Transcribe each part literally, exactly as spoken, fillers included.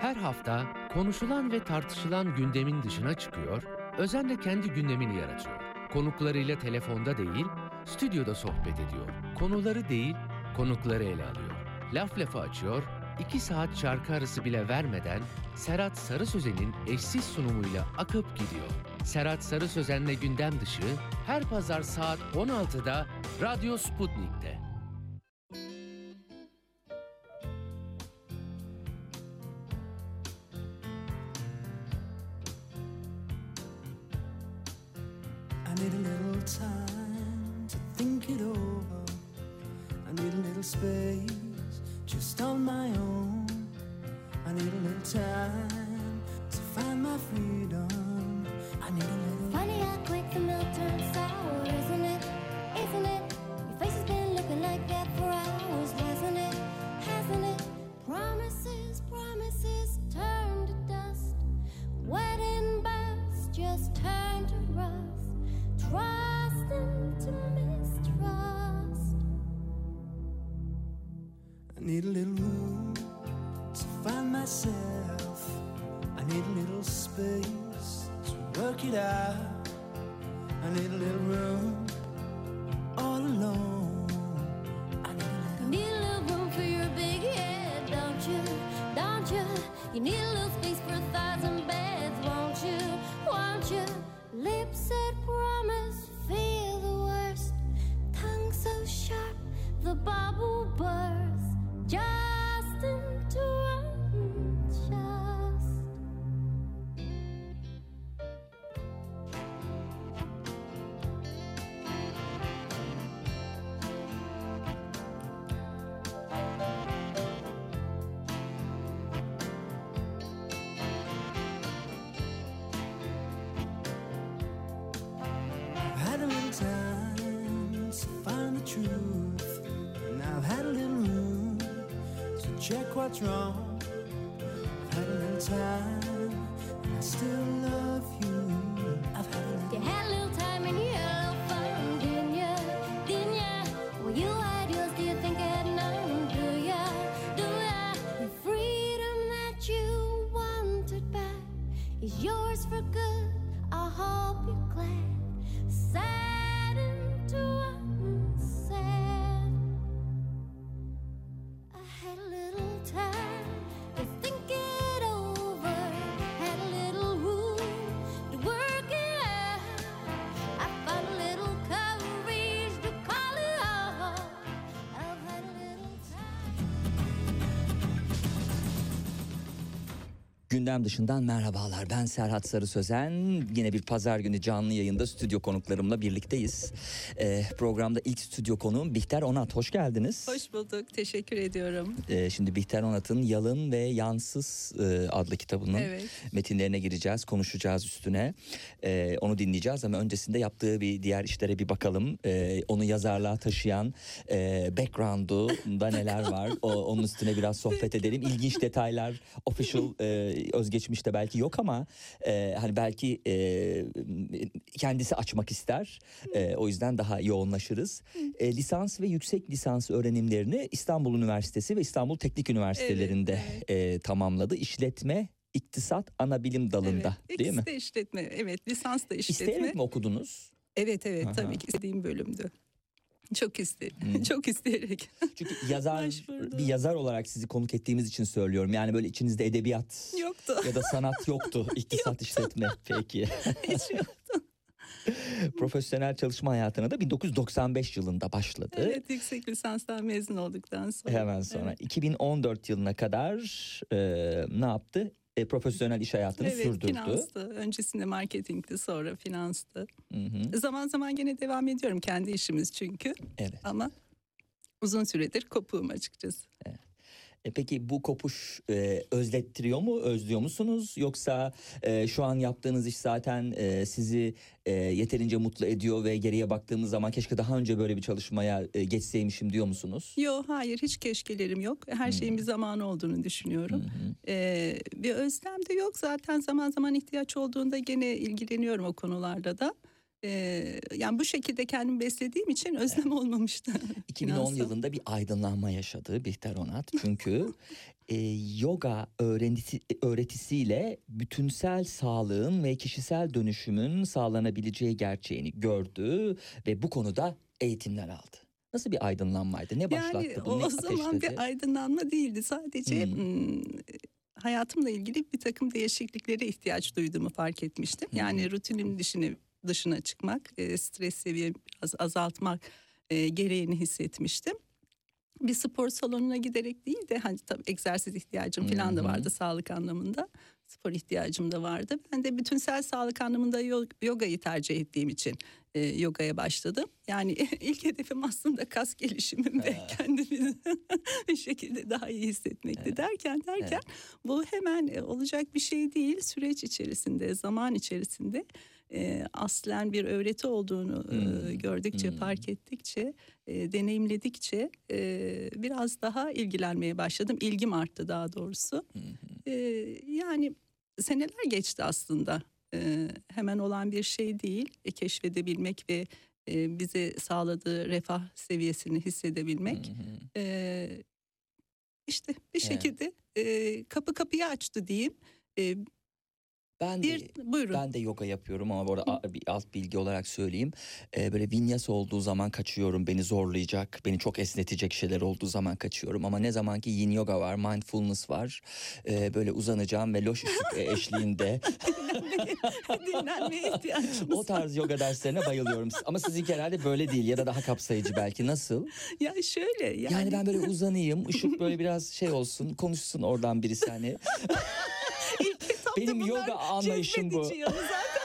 Her hafta konuşulan ve tartışılan gündemin dışına çıkıyor, özenle kendi gündemini yaratıyor. Konuklarıyla telefonda değil, stüdyoda sohbet ediyor. Konuları değil, konukları ele alıyor. Laf lafı açıyor, iki saat şarkı arası bile vermeden Serhat Sarı Sözen'in eşsiz sunumuyla akıp gidiyor. Serhat Sarı Sözen'le gündem dışı her pazar saat on altıda Radyo Sputnik'te. I need a little time to think it over. I need a little space just on my own. I need a little time to find my freedom. I need a little. Funny how quick the milk turns sour, isn't it? Isn't it? Your face has been looking like that for hours, hasn't it? Hasn't it? Promises, promises turn to dust. Wedding bells just turn to rust. Trust into mistrust. I need a little room to find myself. I need a little space to work it out. I need a little room all alone. I need a little. You need a little room for your big head, don't you? Don't you? You need a little space for a thousand beds, won't you? Won't you? Lips said promise, feel the worst. Tongue so sharp, the bubble bursts. Just into unjust. I've had a little time to find the truth, and I've had a little room to check what's wrong. I've had a little time, and I still love you. I've had a little. You had a little time and you had a little fun, didn't ya? Didn't ya? Well, you had yours, do you think I had none? Do ya? Do ya? The freedom that you wanted back is yours for good. I hope you're glad. Sad into unsaid. I had a little time to think it over. Had a little room to work it out. I found a little courage to call it off. I've had a little time. Gündem dışından merhabalar. Ben Serhat Sarı Sözen. Yine bir pazar günü canlı yayında stüdyo konuklarımla birlikteyiz. Ee, programda ilk stüdyo konuğum Bihter Onat. Hoş geldiniz. Hoş bulduk. Teşekkür ediyorum. Ee, şimdi Bihter Onat'ın Yalın ve Yansız e, adlı kitabının Evet. metinlerine gireceğiz. Konuşacağız üstüne. Ee, onu dinleyeceğiz ama öncesinde yaptığı bir diğer işlere bir bakalım. Ee, onu yazarlığa taşıyan e, background'unda neler var? O, onun üstüne biraz sohbet edelim. İlginç detaylar, official e, özgeçmişte belki yok ama e, hani belki e, kendisi açmak ister. E, o yüzden daha yoğunlaşırız. E, lisans ve yüksek lisans öğrenimlerini İstanbul Üniversitesi ve İstanbul Teknik Üniversitelerinde Evet, e, tamamladı. İşletme, iktisat, ana bilim dalında, Evet. değil mi? İkisi de işletme. Evet, lisans da işletme. İsteyerek mi okudunuz? Evet evet Aha. tabii ki istediğim bölümdü. Çok istedim. Hmm. Çok isteyerek. Çünkü yazar Başvurdum. bir yazar olarak sizi konuk ettiğimiz için söylüyorum. Yani böyle içinizde edebiyat Yoktu. ya da sanat yoktu. İktisat, işletme. Peki. Hiç yoktu. Profesyonel çalışma hayatına da bin dokuz yüz doksan beş yılında başladı. Evet, yüksek lisanstan mezun olduktan sonra. Hemen sonra Evet. iki bin on dört yılına kadar e, ne yaptı? E, profesyonel iş hayatını Evet, sürdürdü. finanstı. Öncesinde marketingti, sonra finanstı. Hı hı. Zaman zaman gene devam ediyorum, kendi işimiz çünkü. Evet. Ama uzun süredir kopuğum açıkçası. E peki bu kopuş e, özlettiriyor mu, özlüyor musunuz? Yoksa e, şu an yaptığınız iş zaten e, sizi e, yeterince mutlu ediyor ve geriye baktığımız zaman keşke daha önce böyle bir çalışmaya e, geçseymişim diyor musunuz? Yok, hayır, hiç keşkelerim yok. Her Hmm. şeyin bir zamanı olduğunu düşünüyorum. Hı hı. Ee, bir özlem de yok. Zaten zaman zaman ihtiyaç olduğunda gene ilgileniyorum o konularda da. Ee, yani bu şekilde kendimi beslediğim için özlem olmamıştı. iki bin on Finansal. yılında bir aydınlanma yaşadı Bihter Onat. Çünkü e, yoga öğretisi, öğretisiyle bütünsel sağlığın ve kişisel dönüşümün sağlanabileceği gerçeğini gördü ve bu konuda eğitimler aldı. Nasıl bir aydınlanmaydı? Ne başlattı Yani bunu? o, Ne o zaman ateşledi? bir aydınlanma değildi. Sadece Hmm. hmm, hayatımla ilgili bir takım değişikliklere ihtiyaç duyduğumu fark etmiştim. Hmm. Yani rutinin dışına, dışına çıkmak, e, stres seviyemi biraz azaltmak e, gereğini hissetmiştim. Bir spor salonuna giderek değil de hani tabii egzersiz ihtiyacım falan da Hı hı. vardı sağlık anlamında. Spor ihtiyacım da vardı. Ben de bütünsel sağlık anlamında yo- yogayı tercih ettiğim için e, yogaya başladım. Yani ilk hedefim aslında kas gelişimim ve kendimi bir şekilde daha iyi hissetmekti. Evet. Derken derken bu hemen e, olacak bir şey değil. Süreç içerisinde, zaman içerisinde e, aslen bir öğreti olduğunu e, Hmm. gördükçe, Hmm. fark ettikçe, e, deneyimledikçe e, biraz daha ilgilenmeye başladım. İlgim arttı daha doğrusu. Hı hı. E, yani seneler geçti aslında. E, hemen olan bir şey değil. E, keşfedebilmek ve e, bize sağladığı refah seviyesini hissedebilmek. Hı hı. E, işte bir Evet. şekilde e, kapı kapıyı açtı diyeyim. E, Ben bir de buyurun. ben de yoga yapıyorum ama bu arada a- bir alt bilgi olarak söyleyeyim. Ee, böyle vinyasa olduğu zaman kaçıyorum. Beni zorlayacak, beni çok esnetecek şeyler olduğu zaman kaçıyorum. Ama ne zaman ki yin yoga var, mindfulness var. e, böyle uzanacağım ve loş ışık e, eşliğinde dinlenmeye, dinlenmeye ihtiyacımız o tarz yoga derslerine bayılıyorum. Ama sizinki herhalde böyle değil ya da daha kapsayıcı belki. Nasıl? Ya şöyle yani, Yani ben böyle uzanayım, ışık böyle biraz şey olsun, konuşsun oradan birisi hani. ilk etapta Benim bunlar yoga anlayışım bu. cezbedici yanı zaten.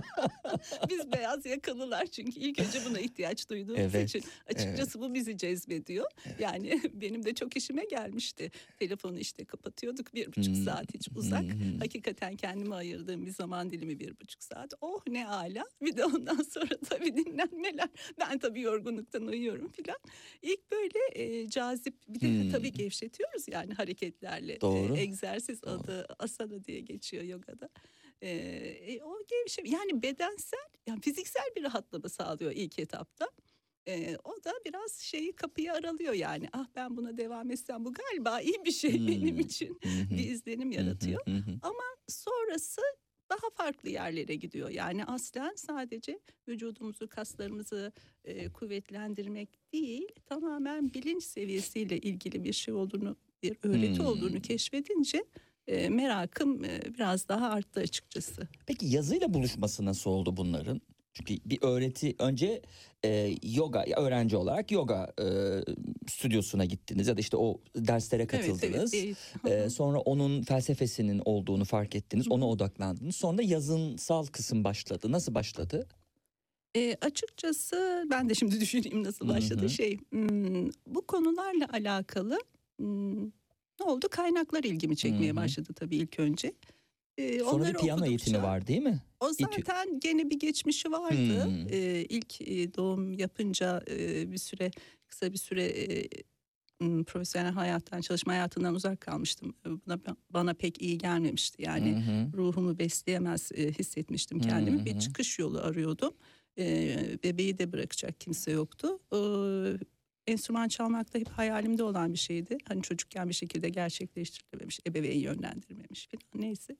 Biz beyaz yakalılar çünkü ilk önce buna ihtiyaç duyduğumuz Evet, için açıkçası bu bizi cezbediyor. Yani benim de çok işime gelmişti. Telefonu işte kapatıyorduk bir buçuk Hmm. saat hiç uzak. Hmm. Hakikaten kendime ayırdığım bir zaman dilimi bir buçuk saat. Oh ne ala. Bir de ondan sonra tabii dinlenmeler. Ben tabii yorgunluktan uyuyorum filan. İlk böyle e, cazip bir de Hmm. tabii gevşetiyoruz yani hareketlerle. Doğru. E, egzersiz adı asana diye geçiyor yogada. Ee, e, o gevşem yani bedensel yani fiziksel bir rahatlama sağlıyor ilk etapta. Ee, o da biraz şeyi kapıyı aralıyor yani. Ah ben buna devam etsem bu galiba iyi bir şey Hmm. benim için. Hı hı. Bir izlenim yaratıyor. Hı hı hı. Ama sonrası daha farklı yerlere gidiyor. Yani aslen sadece vücudumuzu, kaslarımızı e, kuvvetlendirmek değil, tamamen bilinç seviyesiyle ilgili bir şey olduğunu, bir öğreti Hmm. olduğunu keşfedince e, merakım e, biraz daha arttı açıkçası. Peki yazıyla buluşması nasıl oldu bunların? Çünkü bir öğreti önce e, yoga öğrenci olarak yoga e, stüdyosuna gittiniz ya da işte o derslere katıldınız. Evet, E, evet. sonra onun felsefesinin olduğunu fark ettiniz. Ona odaklandınız. Sonra yazınsal kısım başladı. Nasıl başladı? E, açıkçası ben de şimdi düşüneyim nasıl başladı. Hı hı. Şey, hmm, bu konularla alakalı hmm, ne oldu? Kaynaklar ilgimi çekmeye Hı hı. başladı tabii ilk önce. E, Sonra onları bir piyano okudukça- eğitimi var değil mi? O zaten gene bir geçmişi vardı. Hmm. E, ilk e, doğum yapınca e, bir süre kısa bir süre e, m, profesyonel hayattan, çalışma hayatından uzak kalmıştım. E, Buna, bana pek iyi gelmemişti. Yani Hı hı. ruhumu besleyemez e, hissetmiştim kendimi. Hı Bir hı. çıkış yolu arıyordum. E, bebeği de bırakacak kimse yoktu. E, enstrüman çalmak da hep hayalimde olan bir şeydi. Hani çocukken bir şekilde gerçekleştirilememiş, ebeveyn yönlendirmemiş falan neyse.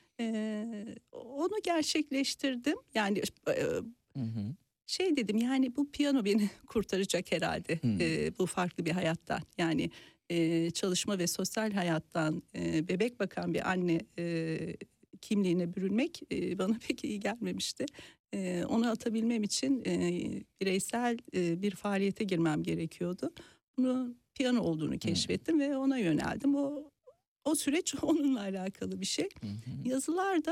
E, onu gerçekleştirdim. Yani e, Hı hı. şey dedim yani bu piyano beni kurtaracak herhalde Hmm. e, bu farklı bir hayattan. Yani e, çalışma ve sosyal hayattan e, bebek bakan bir anne e, kimliğine bürünmek e, bana pek iyi gelmemişti. E, onu atabilmem için e, bireysel e, bir faaliyete girmem gerekiyordu. Bunu piyano olduğunu keşfettim ve ona yöneldim. O o süreç onunla alakalı bir şey. Hı hı. Yazılarda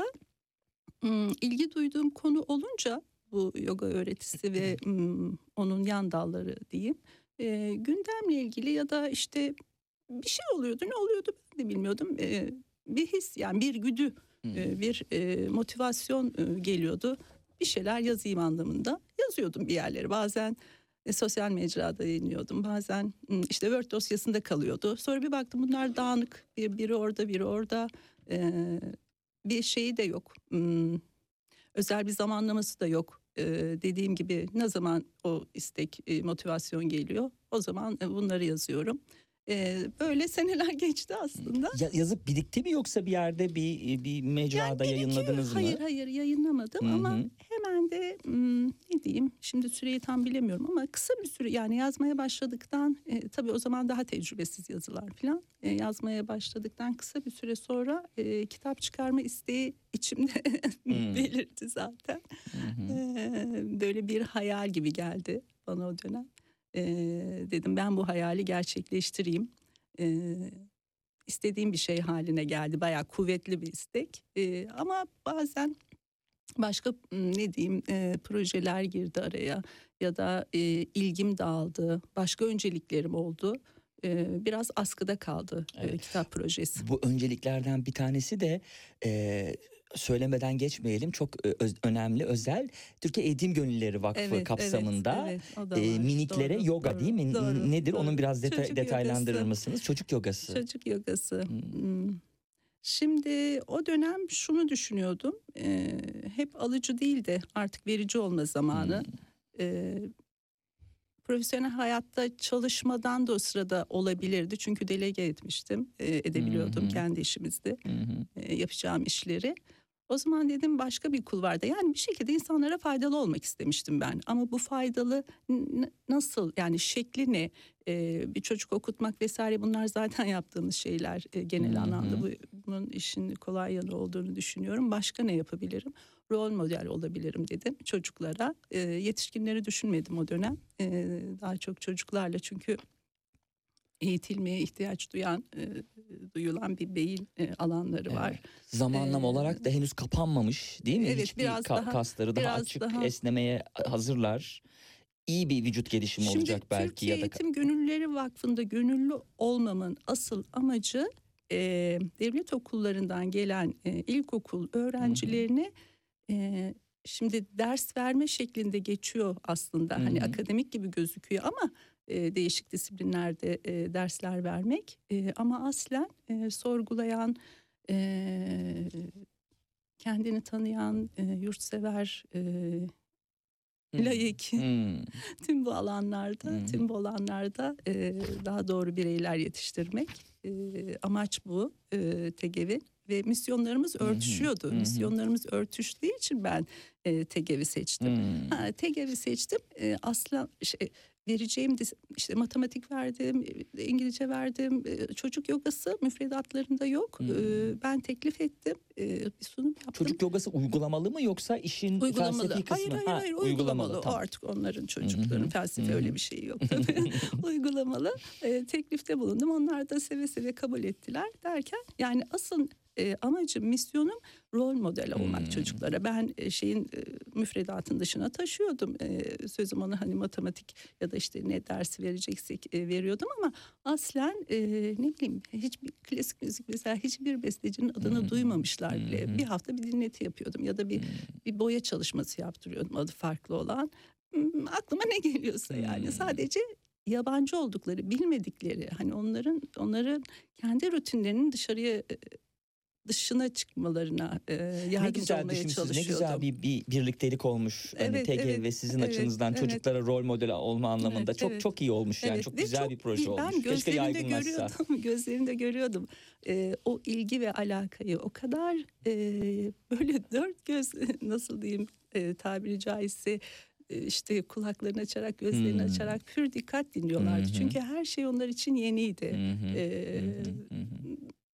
ım, ilgi duyduğum konu olunca bu yoga öğretisi ve ım, onun yan dalları diyeyim. E, gündemle ilgili ya da işte bir şey oluyordu, ne oluyordu ben de bilmiyordum. E, bir his yani bir güdü, e, bir e, motivasyon e, geliyordu. Bir şeyler yazayım anlamında yazıyordum bir yerlere. Bazen e, sosyal mecrada yayınlıyordum. Bazen ım, işte Word dosyasında kalıyordu. Sonra bir baktım bunlar dağınık. Bir, biri orada, biri orada. E, bir şeyi de yok. Hmm, özel bir zamanlaması da yok. Ee, dediğim gibi ne zaman o istek, e, motivasyon geliyor, o zaman e, bunları yazıyorum. Ee, böyle seneler geçti aslında. Ya, yazıp birikti mi yoksa bir yerde bir bir mecrada Yani yayınladınız birikiyor. mı? Hayır hayır yayınlamadım Hı hı. ama hemen de hmm, ne diyeyim, şimdi süreyi tam bilemiyorum ama kısa bir süre, yani yazmaya başladıktan e, tabii o zaman daha tecrübesiz yazılar falan, e, yazmaya başladıktan kısa bir süre sonra e, kitap çıkarma isteği içimde Hmm. belirdi zaten. Hı hı. E, böyle bir hayal gibi geldi bana o dönem. E, dedim ben bu hayali gerçekleştireyim. E, istediğim bir şey haline geldi. Bayağı kuvvetli bir istek. Ee, ama bazen başka m, ne diyeyim e, projeler girdi araya ya da e, ilgim dağıldı. Başka önceliklerim oldu. E, biraz askıda kaldı e, Evet. kitap projesi. Bu önceliklerden bir tanesi de e, söylemeden geçmeyelim, çok ö- öz- önemli, özel Türkiye Eğitim Gönüllüleri Vakfı Evet, kapsamında evet, evet, o da e, var. miniklere Doğru, yoga doğru, değil mi? N- doğru, Nedir? doğru. Onun biraz deta- Çocuk detaylandırır yogası. mısınız? Çocuk yogası. Çocuk yogası. Hmm. Hmm. Şimdi o dönem şunu düşünüyordum. e, hep alıcı değil de artık verici olma zamanı. Hmm. E, profesyonel hayatta çalışmadan da o sırada olabilirdi. Çünkü delege etmiştim. E, edebiliyordum Hı hı. kendi işimizde Hı hı. e, yapacağım işleri. O zaman dedim başka bir kulvarda, yani bir şekilde insanlara faydalı olmak istemiştim ben. Ama bu faydalı n- nasıl, yani şekli ne? E, bir çocuk okutmak vesaire, bunlar zaten yaptığımız şeyler e, genel Hı hı. anlamda. Bu, bunun işin kolay yanı olduğunu düşünüyorum. Başka ne yapabilirim? Rol model olabilirim dedim çocuklara. E, yetişkinleri düşünmedim o dönem. E, daha çok çocuklarla, çünkü eğitilmeye ihtiyaç duyan, e, duyulan bir beyin e, alanları var. Evet. Zamanlama Ee, olarak da henüz kapanmamış değil mi? evet, Hiçbir biraz ka- daha- kasları daha biraz açık, daha- esnemeye hazırlar. İyi bir vücut gelişimi Şimdi olacak belki Türkiye ya da Eğitim Gönüllüleri Vakfı'nda gönüllü olmamın asıl amacı e, devlet okullarından gelen e, ilkokul öğrencilerine e, şimdi ders verme şeklinde geçiyor aslında. Hı Hani hı. akademik gibi gözüküyor ama e, değişik disiplinlerde e, dersler vermek. E, ama aslen e, sorgulayan, e, kendini tanıyan, e, yurtsever, e, Hı. laik, Hmm. tüm bu alanlarda, Hı hı. tüm bu alanlarda e, daha doğru bireyler yetiştirmek. E, amaç bu e, TEGEV'in ve misyonlarımız Hı hı. örtüşüyordu. Hı hı. Misyonlarımız örtüştüğü için ben e, TEGEV'i seçtim. Hmm. Ha, TEGEV'i seçtim. E, asla şey, vereceğim dis- işte matematik verdim, e, İngilizce verdim. E, çocuk yogası müfredatlarında yok. Hmm. E, ben teklif ettim. E, bir sunum yaptım. Çocuk yogası uygulamalı mı yoksa işin Uygulamalı. felsefi kısmı? Hayır hayır Ha, hayır uygulamalı. O Tamam. artık onların, çocukların Hı hı. felsefe Hı hı. öyle bir şey yok tabii. Uygulamalı. E, teklifte bulundum. Onlar da seve seve kabul ettiler derken, yani asıl e, amacım, misyonum rol model olmak Hmm. çocuklara. Ben e, şeyin e, müfredatın dışına taşıyordum. E, sözüm ona, hani matematik ya da işte ne dersi vereceksek e, veriyordum ama aslen e, ne bileyim, hiçbir klasik müzik mesela hiçbir bestecinin adını Hmm. duymamışlar bile. Hmm. Bir hafta bir dinleti yapıyordum ya da bir Hmm. bir boya çalışması yaptırıyordum adı farklı olan. Hmm, aklıma ne geliyorsa yani Hmm. sadece yabancı oldukları, bilmedikleri, hani onların onların kendi rutinlerinin dışarıya e, dışına çıkmalarına e, Ne yardımcı güzel olmaya düşünmüşsünüz. Ne çalışıyordum. güzel bir, bir birliktelik olmuş. Hani Evet, TEGEV evet, ve sizin evet, açınızdan evet. çocuklara rol model olma anlamında Evet, çok evet. çok iyi olmuş yani. Evet, Çok ve güzel çok bir proje iyi. olmuş. Ben Keşke gözlerinde yaygınlaşsa. görüyordum, gözlerinde görüyordum e, o ilgi ve alakayı. O kadar e, böyle dört göz, nasıl diyeyim, e, tabiri caizse e, işte kulaklarını açarak, gözlerini Hmm. açarak pür dikkat dinliyorlardı. Hı hı. Çünkü her şey onlar için yeniydi. Hı hı. E, Hı hı. Hı hı.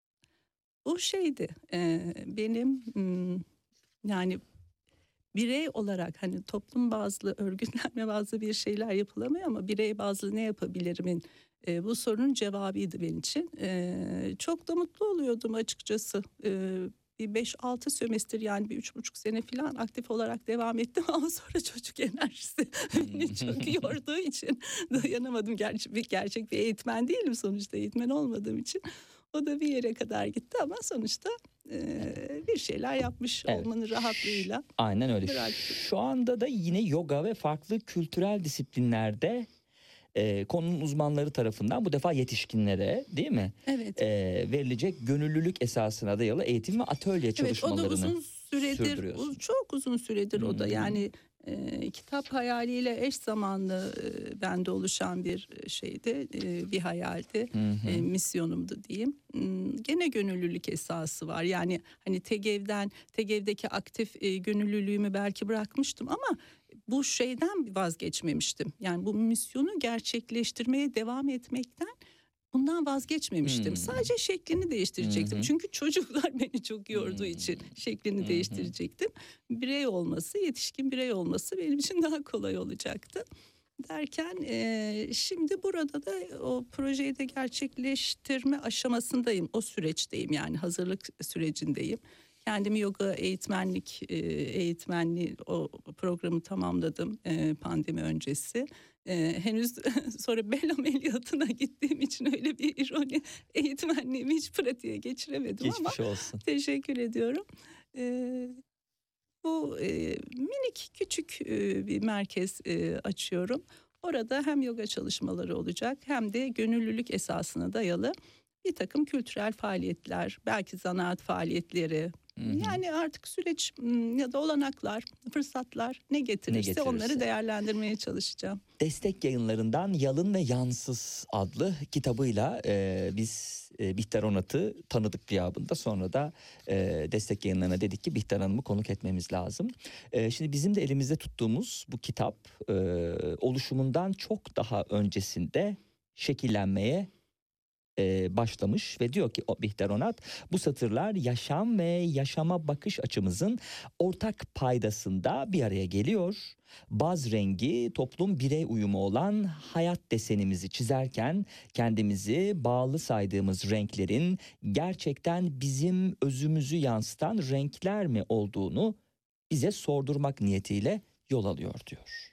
o şeydi e, benim hmm, yani birey olarak, hani toplum bazlı, örgütlenme bazlı bir şeyler yapılamıyor ama birey bazlı ne yapabilirimin e, bu sorunun cevabıydı benim için. E, çok da mutlu oluyordum açıkçası. E, bir beş altı sömestr, yani bir üç buçuk sene falan aktif olarak devam ettim ama sonra çocuk enerjisi beni çok yorduğu için dayanamadım. Gerçi bir gerçek bir eğitmen değilim sonuçta, eğitmen olmadığım için. O da bir yere kadar gitti ama sonuçta e, bir şeyler yapmış Evet. olmanın rahatlığıyla. Aynen öyle. Bıraktım. Şu anda da yine yoga ve farklı kültürel disiplinlerde e, konunun uzmanları tarafından bu defa yetişkinlere değil mi? Evet. E, verilecek gönüllülük esasına dayalı eğitim ve atölye Evet, o da çalışmalarını uzun süredir, sürdürüyorsun. uz- çok uzun süredir o da, Hmm. yani E, kitap hayaliyle eş zamanlı e, bende oluşan bir şeydi, e, bir hayaldi, Hı hı. e, misyonumdu diyeyim. Hmm, Gene gönüllülük esası var. Yani hani TEGEV'den, TEGEV'deki aktif e, gönüllülüğümü belki bırakmıştım ama bu şeyden vazgeçmemiştim. Yani bu misyonu gerçekleştirmeye devam etmekten bundan vazgeçmemiştim. Hmm. Sadece şeklini değiştirecektim. Hı hı. Çünkü çocuklar beni çok yorduğu Hmm. için şeklini Hı hı. değiştirecektim. Birey olması, yetişkin birey olması benim için daha kolay olacaktı. Derken e, şimdi burada da o projeyi de gerçekleştirme aşamasındayım. O süreçteyim, yani hazırlık sürecindeyim. Kendimi yoga eğitmenlik e, eğitmenliği o programı tamamladım e, pandemi öncesi. E, henüz sonra bel ameliyatına gittiğim için öyle bir ironi, eğitmenliğimi hiç pratiğe geçiremedim ama Geçmiş olsun. teşekkür ediyorum. E, bu e, minik küçük e, bir merkez e, açıyorum. Orada hem yoga çalışmaları olacak hem de gönüllülük esasına dayalı bir takım kültürel faaliyetler, belki zanaat faaliyetleri. Hı hı. Yani artık süreç m, ya da olanaklar, fırsatlar ne getirirse, getirirse. onları değerlendirmeye çalışacağım. Destek Yayınları'ndan Yalın ve Yansız adlı kitabıyla e, biz e, Bihter Onat'ı tanıdık gıyabında, sonra da e, Destek Yayınları'na dedik ki Bihter Hanım'ı konuk etmemiz lazım. E, şimdi bizim de elimizde tuttuğumuz bu kitap e, oluşumundan çok daha öncesinde şekillenmeye e, başlamış ve diyor ki o Bihter Onat, bu satırlar yaşam ve yaşama bakış açımızın ortak paydasında bir araya geliyor. Baz rengi toplum birey uyumu olan hayat desenimizi çizerken kendimizi bağlı saydığımız renklerin gerçekten bizim özümüzü yansıtan renkler mi olduğunu bize sordurmak niyetiyle yol alıyor diyor.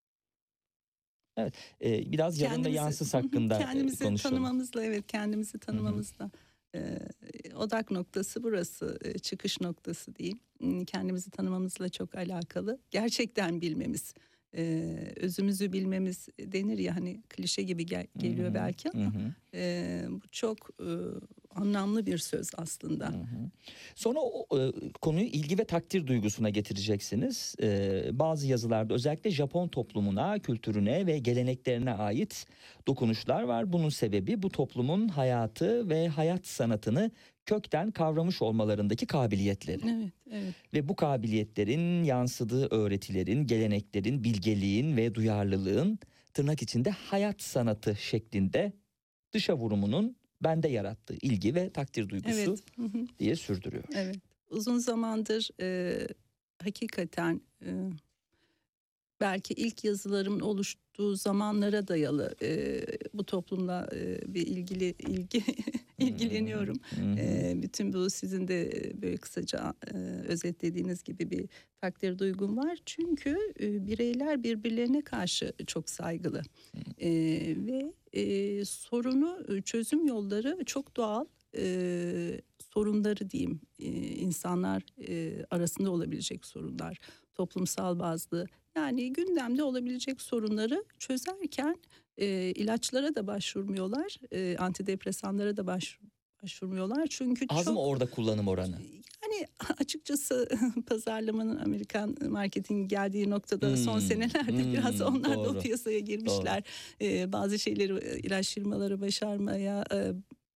Evet, e, biraz Yalın ve Yansız hakkında kendimizi konuşalım. tanımamızla, evet, kendimizi tanımamızla e, odak noktası burası, e, çıkış noktası diyeyim. Kendimizi tanımamızla çok alakalı. Gerçekten bilmemiz, e, özümüzü bilmemiz denir ya, hani klişe gibi gel- geliyor Hı hı, belki ama hı hı. e, bu çok e, anlamlı bir söz aslında. Hı hı. Sonra o e, konuyu ilgi ve takdir duygusuna getireceksiniz. E, bazı yazılarda özellikle Japon toplumuna, kültürüne ve geleneklerine ait dokunuşlar var. Bunun sebebi bu toplumun hayatı ve hayat sanatını kökten kavramış olmalarındaki kabiliyetleri. Evet, evet. Ve bu kabiliyetlerin yansıdığı öğretilerin, geleneklerin, bilgeliğin ve duyarlılığın tırnak içinde hayat sanatı şeklinde dışa vurumunun bende yarattığı ilgi ve takdir duygusu Evet. Hı hı. diye sürdürüyor. Evet, uzun zamandır e, hakikaten e, belki ilk yazılarımın oluştuğu zamanlara dayalı e, bu toplumla e, bir ilgili ilgi ilgileniyorum. Hı hı. E, bütün bu sizin de böyle kısaca e, özetlediğiniz gibi bir takdir duygum var. Çünkü e, bireyler birbirlerine karşı çok saygılı e, ve e, sorunu çözüm yolları çok doğal. E, sorunları diyeyim, e, insanlar e, arasında olabilecek sorunlar, toplumsal bazlı, yani gündemde olabilecek sorunları çözerken e, ilaçlara da başvurmuyorlar, e, antidepresanlara da baş, başvurmuyorlar çünkü Az çok mı orada kullanım oranı? yani açıkçası pazarlamanın, Amerikan marketing geldiği noktada son Hmm, senelerde hmm, biraz onlar da o doğru. piyasaya girmişler. Ee, bazı şeyleri e, ilaç firmaları başarmaya, e,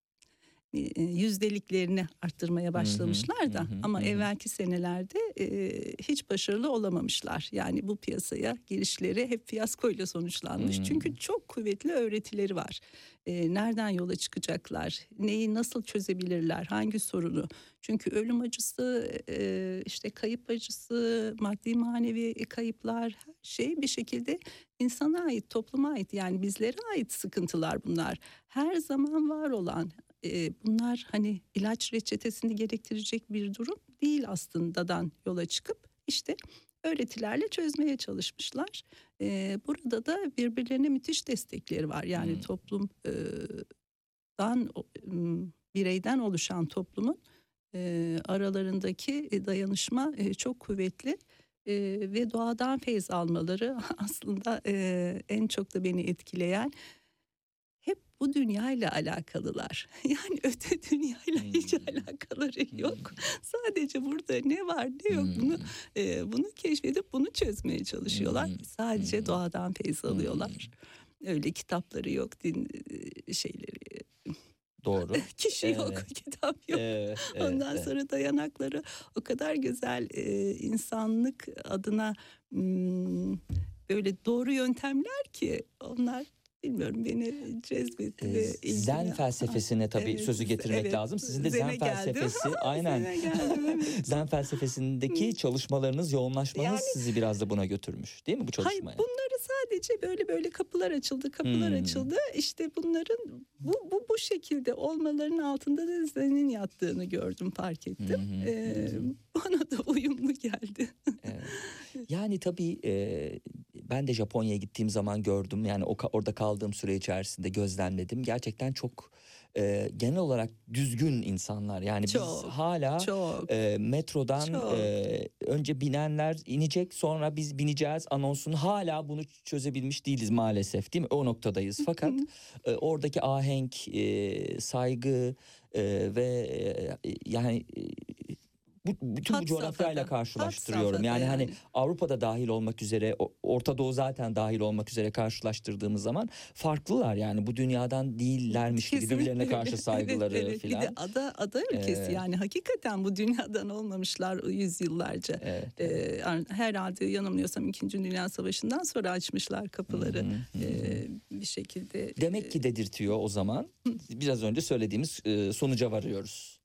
e, yüzdeliklerini arttırmaya başlamışlar da, hı hı, ama hı hı. evvelki senelerde e, hiç başarılı olamamışlar. Yani bu piyasaya girişleri hep fiyaskoyla sonuçlanmış. Hmm. Çünkü çok kuvvetli öğretileri var. E, nereden yola çıkacaklar? Neyi nasıl çözebilirler? Hangi sorunu? Çünkü ölüm acısı, e, işte kayıp acısı, maddi manevi kayıplar, her şey bir şekilde insana ait, topluma ait, yani bizlere ait sıkıntılar bunlar. Her zaman var olan, e, bunlar hani ilaç reçetesini gerektirecek bir durum değil aslındadan yola çıkıp işte öğretilerle çözmeye çalışmışlar. E, burada da birbirlerine müthiş destekleri var. Yani Hmm. toplumdan, bireyden oluşan toplumun e, aralarındaki dayanışma e, çok kuvvetli. E, ve doğadan feyz almaları aslında e, en çok da beni etkileyen. Hep bu dünyayla alakalılar. Yani öte dünyayla Hmm. hiç alakaları yok. Sadece burada ne var ne yok bunu e, bunu keşfedip bunu çözmeye çalışıyorlar. Hmm. Sadece Hmm. doğadan feyiz alıyorlar. Öyle kitapları yok, din e, şeyleri. Doğru. Kişi yok, Evet. kitap yok. Evet, evet, Ondan evet. sonra dayanakları o kadar güzel e, insanlık adına m, böyle doğru yöntemler ki onlar bilmiyorum beni cezbetti Ee, ve Zen ilgimi- felsefesine tabii Evet, sözü getirmek evet. lazım. Sizin de Zen'e Zen geldim. felsefesi aynen. Zen'e geldim, evet. Zen felsefesindeki çalışmalarınız, yoğunlaşmanız Yani- sizi biraz da buna götürmüş, değil mi bu Hayır, çalışmaya? bunları sadece böyle böyle kapılar açıldı, kapılar Hmm. açıldı. İşte bunların bu bu bu şekilde olmalarının altında da Zen'in yattığını gördüm, fark ettim. Hı hı, Ee, hı hı. bana da uyumlu geldi. Evet. Yani tabii e, ben de Japonya'ya gittiğim zaman gördüm. Yani o ka- orada kaldığım süre içerisinde gözlemledim. Gerçekten çok e, genel olarak düzgün insanlar. Yani biz Çok, hala Çok. e, metrodan Çok. e, önce binenler inecek, sonra biz bineceğiz anonsunu hala bunu çözebilmiş değiliz maalesef, değil mi? O noktadayız. Fakat e, oradaki ahenk, e, saygı e, ve e, yani e, bu, bütün Had bu coğrafyayla safhada, karşılaştırıyorum. had Yani safhada hani yani. Avrupa'da dahil olmak üzere, o- Orta Doğu zaten dahil olmak üzere karşılaştırdığımız zaman farklılar. Yani bu dünyadan değillermiş gibi Kesinlikle birbirlerine öyle. karşı saygıları Evet, evet. Bir de filan. ada ada ülkesi, Ee, yani hakikaten bu dünyadan olmamışlar yüzyıllarca. Evet, Ee, herhalde yanılmıyorsam İkinci Dünya Savaşı'ndan sonra açmışlar kapıları. Hı hı, hı hı. Ee, bir şekilde. Demek ki dedirtiyor o zaman. Biraz önce söylediğimiz e, sonuca varıyoruz.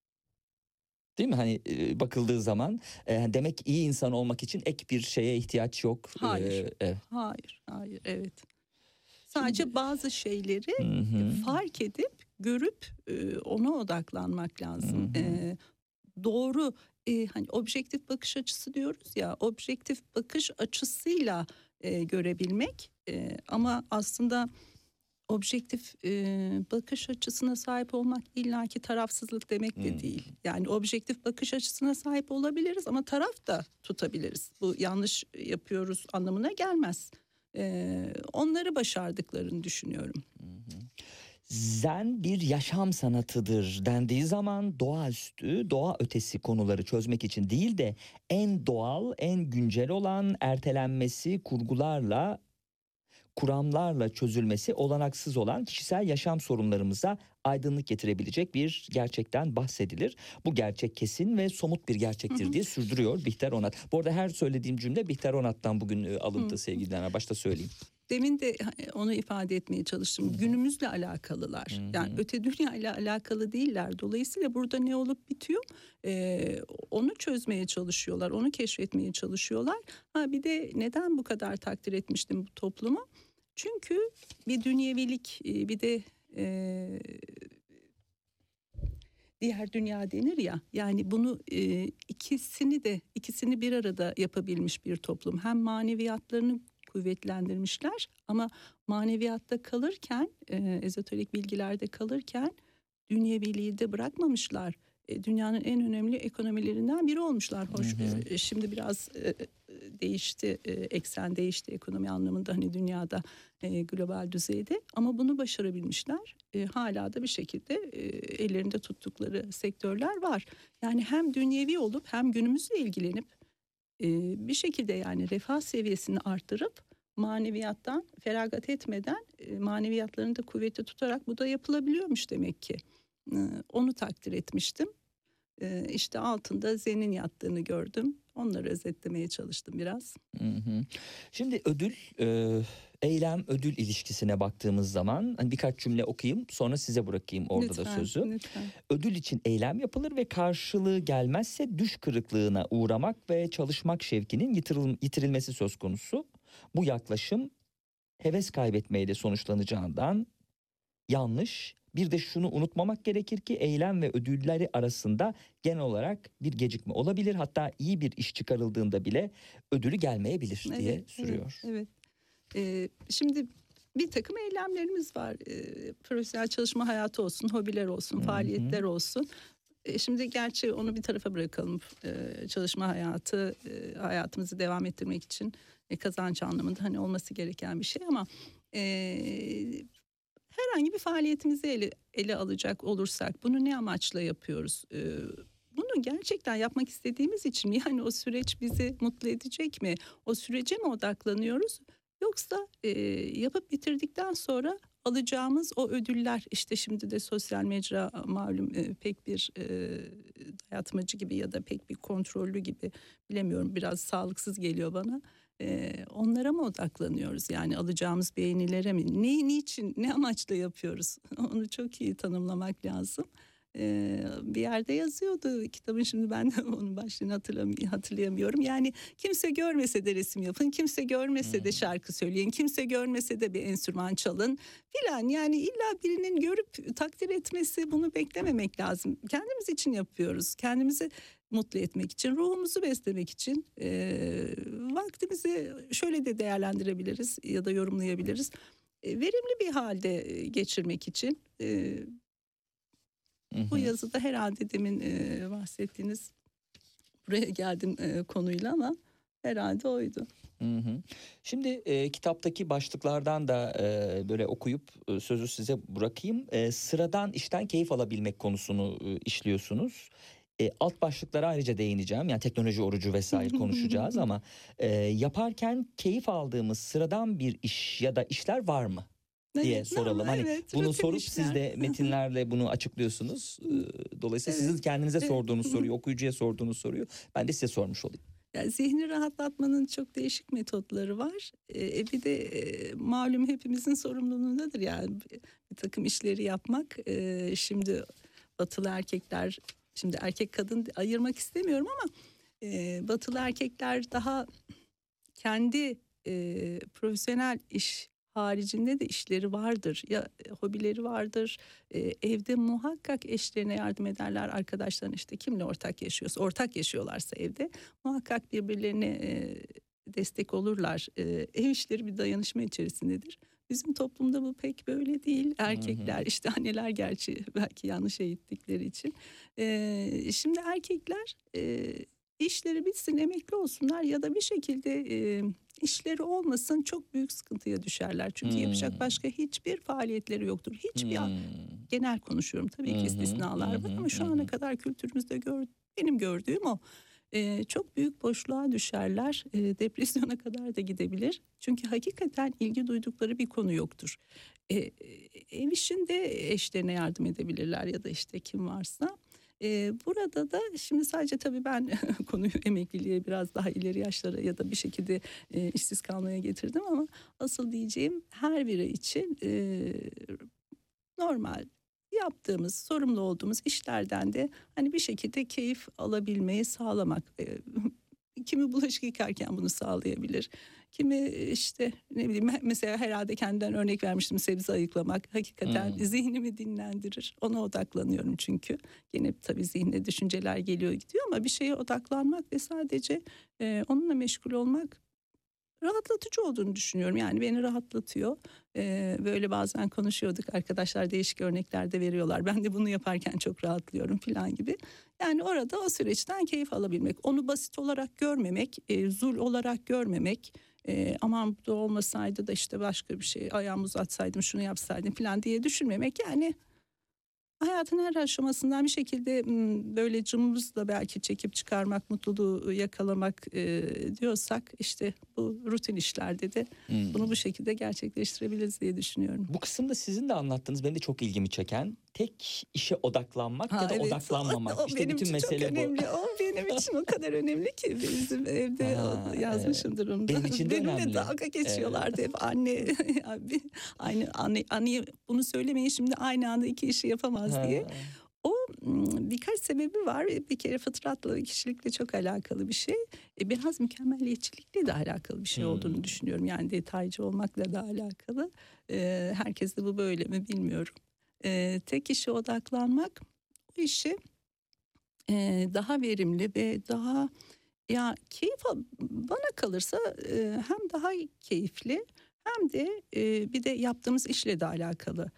Değil mi? Hani e, bakıldığı zaman e, demek ki iyi insan olmak için ek bir şeye ihtiyaç yok. Hayır. Ee, evet. Hayır, hayır, evet. Sadece bazı şeyleri Hı hı. fark edip görüp e, ona odaklanmak lazım. Hı hı. E, doğru e, hani objektif bakış açısı diyoruz ya, objektif bakış açısıyla e, görebilmek e, ama aslında objektif e, bakış açısına sahip olmak illaki tarafsızlık demek de Hmm. değil. Yani objektif bakış açısına sahip olabiliriz ama taraf da tutabiliriz. Bu yanlış yapıyoruz anlamına gelmez. E, onları başardıklarını düşünüyorum. Zen bir yaşam sanatıdır dendiği zaman doğaüstü, doğa ötesi konuları çözmek için değil de en doğal, en güncel olan, ertelenmesi kurgularla, kuramlarla çözülmesi olanaksız olan kişisel yaşam sorunlarımıza aydınlık getirebilecek bir gerçekten bahsedilir. Bu gerçek kesin ve somut bir gerçektir Hı hı. diye sürdürüyor Bihter Onat. Bu arada her söylediğim cümle Bihter Onat'tan bugün e, alıntı Hı. sevgili dinleyenler. Başta söyleyeyim. Demin de onu ifade etmeye çalıştım. Günümüzle alakalılar. Hı hı. Yani öte dünya ile alakalı değiller. Dolayısıyla burada ne olup bitiyor? Ee, onu çözmeye çalışıyorlar. Onu keşfetmeye çalışıyorlar. Ha bir de neden bu kadar takdir etmiştim bu toplumu? Çünkü bir dünyevilik, bir de e, diğer dünya denir ya. Yani bunu e, ikisini de ikisini bir arada yapabilmiş bir toplum. Hem maneviyatlarını kuvvetlendirmişler ama maneviyatta kalırken, e, ezoterik bilgilerde kalırken dünyeviliği de bırakmamışlar. E, dünyanın en önemli ekonomilerinden biri olmuşlar. Hoş, Hı hı. e, şimdi biraz e, değişti, e, eksen değişti ekonomi anlamında, hani dünyada e, global düzeyde, ama bunu başarabilmişler. E, hala da bir şekilde e, ellerinde tuttukları sektörler var. Yani hem dünyevi olup hem günümüzle ilgilenip e, bir şekilde yani refah seviyesini arttırıp maneviyattan feragat etmeden e, maneviyatlarını da kuvvetli tutarak bu da yapılabiliyormuş demek ki. E, onu takdir etmiştim. E, işte altında Zen'in yattığını gördüm. Onları özetlemeye çalıştım biraz. Hı hı. Şimdi ödül, e, eylem ödül ilişkisine baktığımız zaman hani birkaç cümle okuyayım, sonra size bırakayım orada da Lütfen, sözü. lütfen. Ödül için eylem yapılır ve karşılığı gelmezse düş kırıklığına uğramak ve çalışmak şevkinin yitiril- yitirilmesi söz konusu. Bu yaklaşım heves kaybetmeyle sonuçlanacağından yanlış. Bir de şunu unutmamak gerekir ki eylem ve ödülleri arasında genel olarak bir gecikme olabilir. Hatta iyi bir iş çıkarıldığında bile ödülü gelmeyebilir diye Evet, sürüyor. Evet. evet. Ee, şimdi bir takım eylemlerimiz var. Ee, profesyonel çalışma hayatı olsun, hobiler olsun, Hı hı. faaliyetler olsun. Ee, şimdi gerçi onu bir tarafa bırakalım. Ee, çalışma hayatı, e, hayatımızı devam ettirmek için e, kazanç anlamında hani olması gereken bir şey, ama e, herhangi bir faaliyetimizi ele, ele alacak olursak bunu ne amaçla yapıyoruz? Ee, bunu gerçekten yapmak istediğimiz için mi? Yani o süreç bizi mutlu edecek mi? O sürece mi odaklanıyoruz? Yoksa e, yapıp bitirdikten sonra alacağımız o ödüller, işte şimdi de sosyal mecra malum e, pek bir e, dayatmacı gibi ya da pek bir kontrollü gibi, bilemiyorum, biraz sağlıksız geliyor bana. Ee, onlara mı odaklanıyoruz, yani alacağımız beğenilere mi? Ne, niçin, ne amaçla yapıyoruz? Onu çok iyi tanımlamak lazım. Ee, bir yerde yazıyordu kitabın, şimdi ben de onun başlığını hatırlam- hatırlayamıyorum. Yani kimse görmese de resim yapın, kimse görmese de şarkı söyleyin, kimse görmese de bir enstrüman çalın filan. Yani illa birinin görüp takdir etmesi, bunu beklememek lazım. Kendimiz için yapıyoruz, kendimizi mutlu etmek için, ruhumuzu beslemek için. E, vaktimizi şöyle de değerlendirebiliriz ya da yorumlayabiliriz. E, verimli bir halde geçirmek için. E, bu yazıda herhalde demin e, bahsettiğiniz, buraya geldim e, konuyla, ama herhalde oydu. Hı hı. Şimdi e, kitaptaki başlıklardan da e, böyle okuyup e, sözü size bırakayım. E, sıradan işten keyif alabilmek konusunu e, işliyorsunuz. E, alt başlıklara ayrıca değineceğim. Yani teknoloji orucu vesaire konuşacağız ama e, yaparken keyif aldığımız sıradan bir iş ya da işler var mı diye Evet, soralım. ama Hani evet, bunu rutin sorup işler. siz de metinlerle bunu açıklıyorsunuz. E, dolayısıyla Evet. sizin kendinize Evet. sorduğunuz soruyu, okuyucuya sorduğunuz soruyu ben de size sormuş olayım. Yani zihni rahatlatmanın çok değişik metotları var. Ee, bir de e, malum hepimizin sorumluluğundadır yani bir takım işleri yapmak. Ee, şimdi batılı erkekler, şimdi erkek kadın ayırmak istemiyorum ama e, batılı erkekler daha kendi e, profesyonel iş haricinde de işleri vardır. Ya e, hobileri vardır. E, evde muhakkak eşlerine yardım ederler. Arkadaşlarına, işte kimle ortak yaşıyorsa, ortak yaşıyorlarsa evde muhakkak birbirlerine e, destek olurlar. E, ev işleri bir dayanışma içerisindedir. Bizim toplumda bu pek böyle değil. Erkekler, işte anneler gerçi belki yanlış eğittikleri için. E, şimdi erkekler e, işleri bitsin, emekli olsunlar ya da bir şekilde e, işleri olmasın, çok büyük sıkıntıya düşerler. Çünkü Hmm. yapacak başka hiçbir faaliyetleri yoktur. Hiçbir Hmm. genel konuşuyorum, tabii ki Hı hı, istisnalar hı var hı, ama şu hı ana hı. kadar kültürümüzde gör, benim gördüğüm o. Ee, çok büyük boşluğa düşerler, ee, depresyona kadar da gidebilir. Çünkü hakikaten ilgi duydukları bir konu yoktur. Ee, ev işinde eşlerine yardım edebilirler ya da işte kim varsa. Ee, burada da şimdi sadece tabii ben konuyu emekliliğe, biraz daha ileri yaşlara ya da bir şekilde e, işsiz kalmaya getirdim ama asıl diyeceğim, her birey için e, normal yaptığımız, sorumlu olduğumuz işlerden de hani bir şekilde keyif alabilmeyi sağlamak. E, kimi bulaşık yıkarken bunu sağlayabilir. Kimi işte ne bileyim, mesela herhalde kendimden örnek vermiştim, sebze ayıklamak hakikaten Hmm. zihnimi dinlendirir. Ona odaklanıyorum çünkü. Yine tabii zihne düşünceler geliyor gidiyor ama bir şeye odaklanmak ve sadece e, onunla meşgul olmak rahatlatıcı olduğunu düşünüyorum. Yani beni rahatlatıyor. Ee, böyle bazen konuşuyorduk, arkadaşlar değişik örnekler de veriyorlar. Ben de bunu yaparken çok rahatlıyorum falan gibi. Yani orada o süreçten keyif alabilmek. Onu basit olarak görmemek, e, zul olarak görmemek. E, aman bu da olmasaydı da işte başka bir şey, ayağımı uzatsaydım, şunu yapsaydım falan diye düşünmemek. Yani hayatın her aşamasından bir şekilde m, böyle cımbızla belki çekip çıkarmak, mutluluğu yakalamak e, diyorsak, işte bu rutin işlerde de Hmm. bunu bu şekilde gerçekleştirebiliriz diye düşünüyorum. Bu kısımda sizin de anlattığınız benim de çok ilgimi çeken, tek işe odaklanmak Ha, ya da evet. odaklanmamak. O, o işte benim bütün için çok mesele bu. önemli. O benim için o kadar önemli ki, bizim evde Ha, yazmışımdır onu da. benim için de Benimle önemli. dalga geçiyorlardı hep. Anne, abi, aynı anne, anneye bunu söylemeyin şimdi, aynı anda iki işi yapamaz diye. Ha. O birkaç sebebi var. Bir kere fıtratla, kişilikle çok alakalı bir şey. Biraz mükemmeliyetçilikle de alakalı bir şey Hmm. olduğunu düşünüyorum. Yani detaycı olmakla da alakalı. Herkes de bu böyle mi bilmiyorum. Tek işe odaklanmak bu işi daha verimli ve daha, ya keyif, bana kalırsa hem daha keyifli hem de bir de yaptığımız işle de alakalı.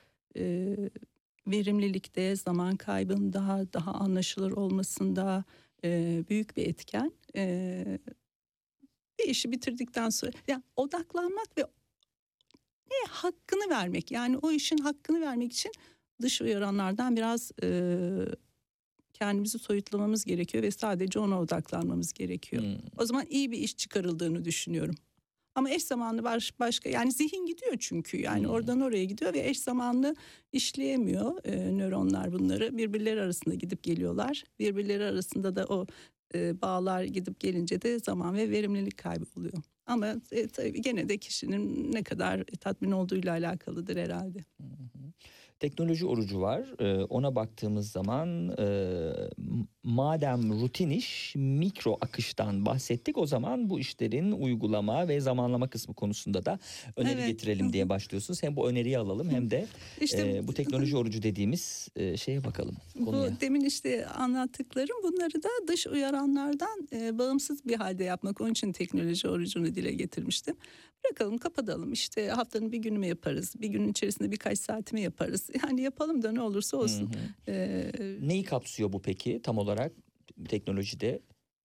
Verimlilikte, zaman kaybında, daha anlaşılır olmasında e, büyük bir etken. E, bir işi bitirdikten sonra yani odaklanmak ve E, hakkını vermek, yani o işin hakkını vermek için dış uyaranlardan biraz e, kendimizi soyutlamamız gerekiyor ve sadece ona odaklanmamız gerekiyor. Hmm. O zaman iyi bir iş çıkarıldığını düşünüyorum. Ama eş zamanlı baş, başka yani zihin gidiyor çünkü yani Hmm. oradan oraya gidiyor ve eş zamanlı işleyemiyor e, nöronlar bunları. Birbirleri arasında gidip geliyorlar. Birbirleri arasında da o e, bağlar gidip gelince de zaman ve verimlilik kaybı oluyor. Ama e, tabii gene de kişinin ne kadar tatmin olduğuyla alakalıdır herhalde. Hı hı. Teknoloji orucu var. Ee, ona baktığımız zaman e, madem rutin iş, mikro akıştan bahsettik, o zaman bu işlerin uygulama ve zamanlama kısmı konusunda da öneri Evet. getirelim diye başlıyorsunuz. Hem bu öneriyi alalım hem de İşte e, bu teknoloji orucu dediğimiz e, şeye bakalım. Konuya. Bu demin işte anlattıklarım, bunları da dış uyaranlardan e, bağımsız bir halde yapmak. Onun için teknoloji orucunu dile getirmiştim. Bırakalım, kapatalım, işte haftanın bir günü mü yaparız, bir günün içerisinde birkaç saatimi yaparız. Yani yapalım da ne olursa olsun. Hı hı. Ee, Neyi kapsıyor bu peki tam olarak teknolojide?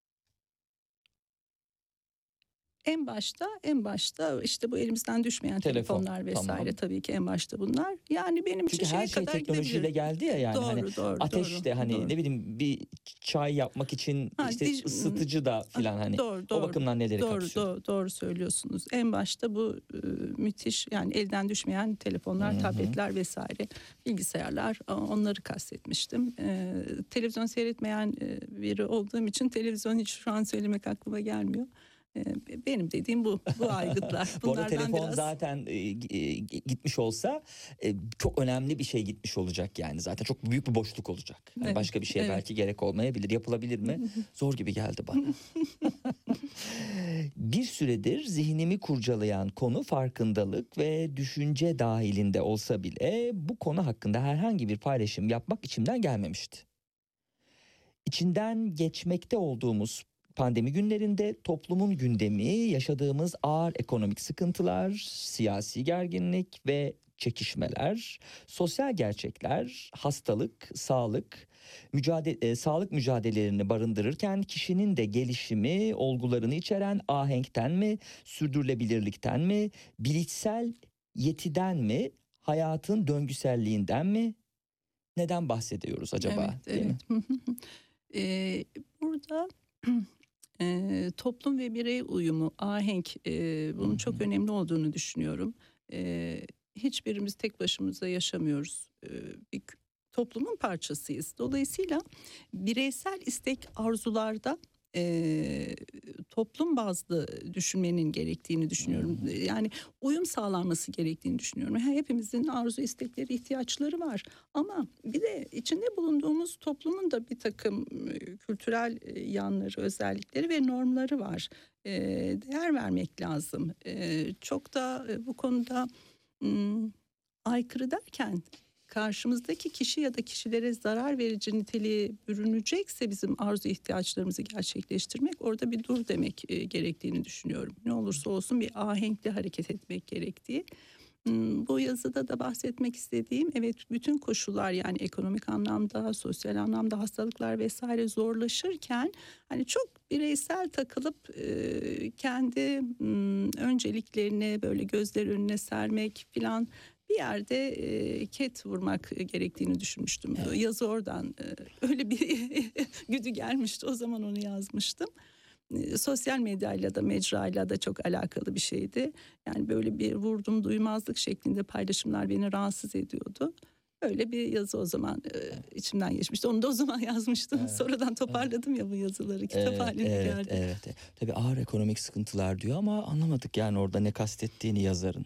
En başta en başta işte bu elimizden düşmeyen Telefon, telefonlar vesaire, tamam. tabii ki en başta bunlar. Yani benim için Çünkü şeye her şey kadar teknolojiyle gidebilir. geldi ya, yani Doğru, hani doğru, ateş de doğru, hani doğru. ne bileyim bir çay yapmak için Ha, işte dij- ısıtıcı da filan, hani Doğru, o doğru. bakımdan neleri Doğru, kapsıyor? doğru, doğru söylüyorsunuz. En başta bu e, müthiş, yani elden düşmeyen telefonlar, Hı hı. tabletler vesaire, bilgisayarlar, a- onları kastetmiştim. E, televizyon seyretmeyen e, biri olduğum için televizyon hiç şu an söylemek aklıma gelmiyor. E, benim dediğim bu, bu aygıtlar. Bu arada Bunlardan telefon biraz... zaten e, e, gitmiş olsa e, çok önemli bir şey gitmiş olacak yani, zaten çok büyük bir boşluk olacak. Hani Evet, başka bir şeye evet. belki gerek olmayabilir. Yapılabilir mi? Zor gibi geldi bana. Bir süredir zihnimi kurcalayan konu farkındalık ve düşünce dahilinde olsa bile bu konu hakkında herhangi bir paylaşım yapmak içimden gelmemişti. İçinden geçmekte olduğumuz pandemi günlerinde toplumun gündemi, yaşadığımız ağır ekonomik sıkıntılar, siyasi gerginlik ve çekişmeler, sosyal gerçekler, hastalık, sağlık, mücadele, e, sağlık mücadelelerini barındırırken kişinin de gelişimi, olgularını içeren ahenkten mi, sürdürülebilirlikten mi, bilişsel yetiden mi, hayatın döngüselliğinden mi, neden bahsediyoruz acaba? Evet, Değil mi? evet. Ee, burada e, toplum ve birey uyumu, ahenk, e, bunun çok önemli olduğunu düşünüyorum. E, hiçbirimiz tek başımıza yaşamıyoruz. E, bir k- toplumun parçasıyız. Dolayısıyla bireysel istek, arzularda e, toplum bazlı düşünmenin gerektiğini düşünüyorum. Yani uyum sağlanması gerektiğini düşünüyorum. Hepimizin arzu, istekleri, ihtiyaçları var. Ama bir de içinde bulunduğumuz toplumun da bir takım e, kültürel e, yanları, özellikleri ve normları var. E, değer vermek lazım. E, çok da e, bu konuda m, aykırı derken, karşımızdaki kişi ya da kişilere zarar verici niteliğe bürünecekse bizim arzu ihtiyaçlarımızı gerçekleştirmek, orada bir dur demek e, gerektiğini düşünüyorum. Ne olursa olsun bir ahenkle hareket etmek gerektiği. Hmm, Bu yazıda da bahsetmek istediğim, evet, bütün koşullar, yani ekonomik anlamda, sosyal anlamda, hastalıklar vesaire zorlaşırken hani çok bireysel takılıp e, kendi hmm, önceliklerini böyle gözler önüne sermek filan, bir yerde e, ket vurmak gerektiğini düşünmüştüm. Evet. Yazı oradan e, öyle bir güdü gelmişti, o zaman onu yazmıştım. E, sosyal medyayla da mecrayla da çok alakalı bir şeydi. Yani böyle bir vurdum duymazlık şeklinde paylaşımlar beni rahatsız ediyordu. Öyle bir yazı o zaman e, içimden geçmişti. Onu da o zaman yazmıştım. Evet. Sonradan toparladım ya bu yazıları, kitap Evet, haline evet, geldi. evet. Tabii ağır ekonomik sıkıntılar diyor ama anlamadık yani orada ne kastettiğini yazarın.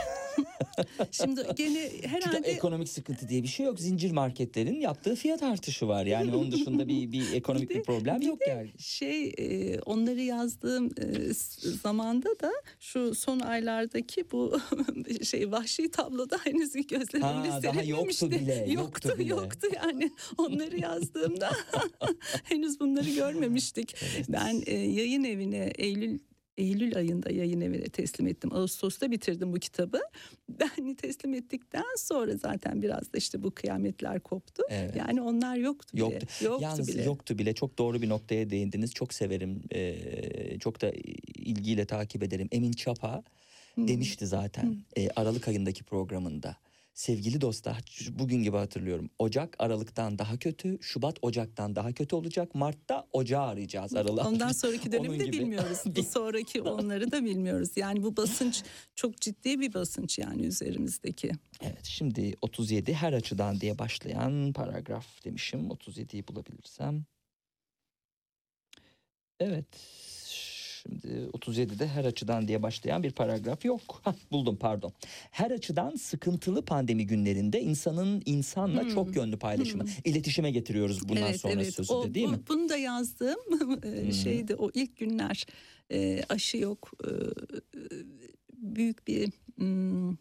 Şimdi gene Çünkü herhalde ekonomik sıkıntı diye bir şey yok. Zincir marketlerin yaptığı fiyat artışı var. Yani onun dışında bir bir ekonomik bir, Bir de- problem bir yok de yani. şey e, onları yazdığım e, s- zamanda da şu son aylardaki bu şey vahşi tabloda henüz gözlerimde Ha, daha yoktu seyretmemişti. bile, Yoktu, yoktu bile. yoktu yani onları yazdığımda henüz bunları görmemiştik. Evet. Ben e, yayın evine Eylül Eylül ayında yayın evine teslim ettim. Ağustos'ta bitirdim bu kitabı. Ben teslim ettikten sonra zaten biraz da işte bu kıyametler koptu. Evet. Yani onlar yoktu bile. Yoktu. Yoktu Yalnız bile. yoktu bile. Çok doğru bir noktaya değindiniz. Çok severim. Ee, çok da ilgiyle takip ederim. Emin Çapa Hmm. demişti zaten Hmm. e, Aralık ayındaki programında. Sevgili dostlar, bugün gibi hatırlıyorum. Ocak Aralık'tan daha kötü, Şubat Ocak'tan daha kötü olacak. Mart'ta Ocağı arayacağız, Aralık. Ondan sonraki dönemi Onun de gibi. bilmiyoruz. Bu sonraki onları da bilmiyoruz. Yani bu basınç çok ciddi bir basınç yani üzerimizdeki. Evet, şimdi otuz yedi her açıdan diye başlayan paragraf demişim. otuz yediyi bulabilirsem. Evet. Şimdi otuz yedide her açıdan diye başlayan bir paragraf yok. Hah, buldum, pardon. Her açıdan sıkıntılı pandemi günlerinde insanın insanla Hmm. çok yönlü paylaşımı. Hmm. İletişime getiriyoruz bundan Evet, sonra evet. sözü O, de değil bu, mi? Bunu da yazdım. Hı-hı. Şeyde o ilk günler e, aşı yok. E, büyük bir hmm,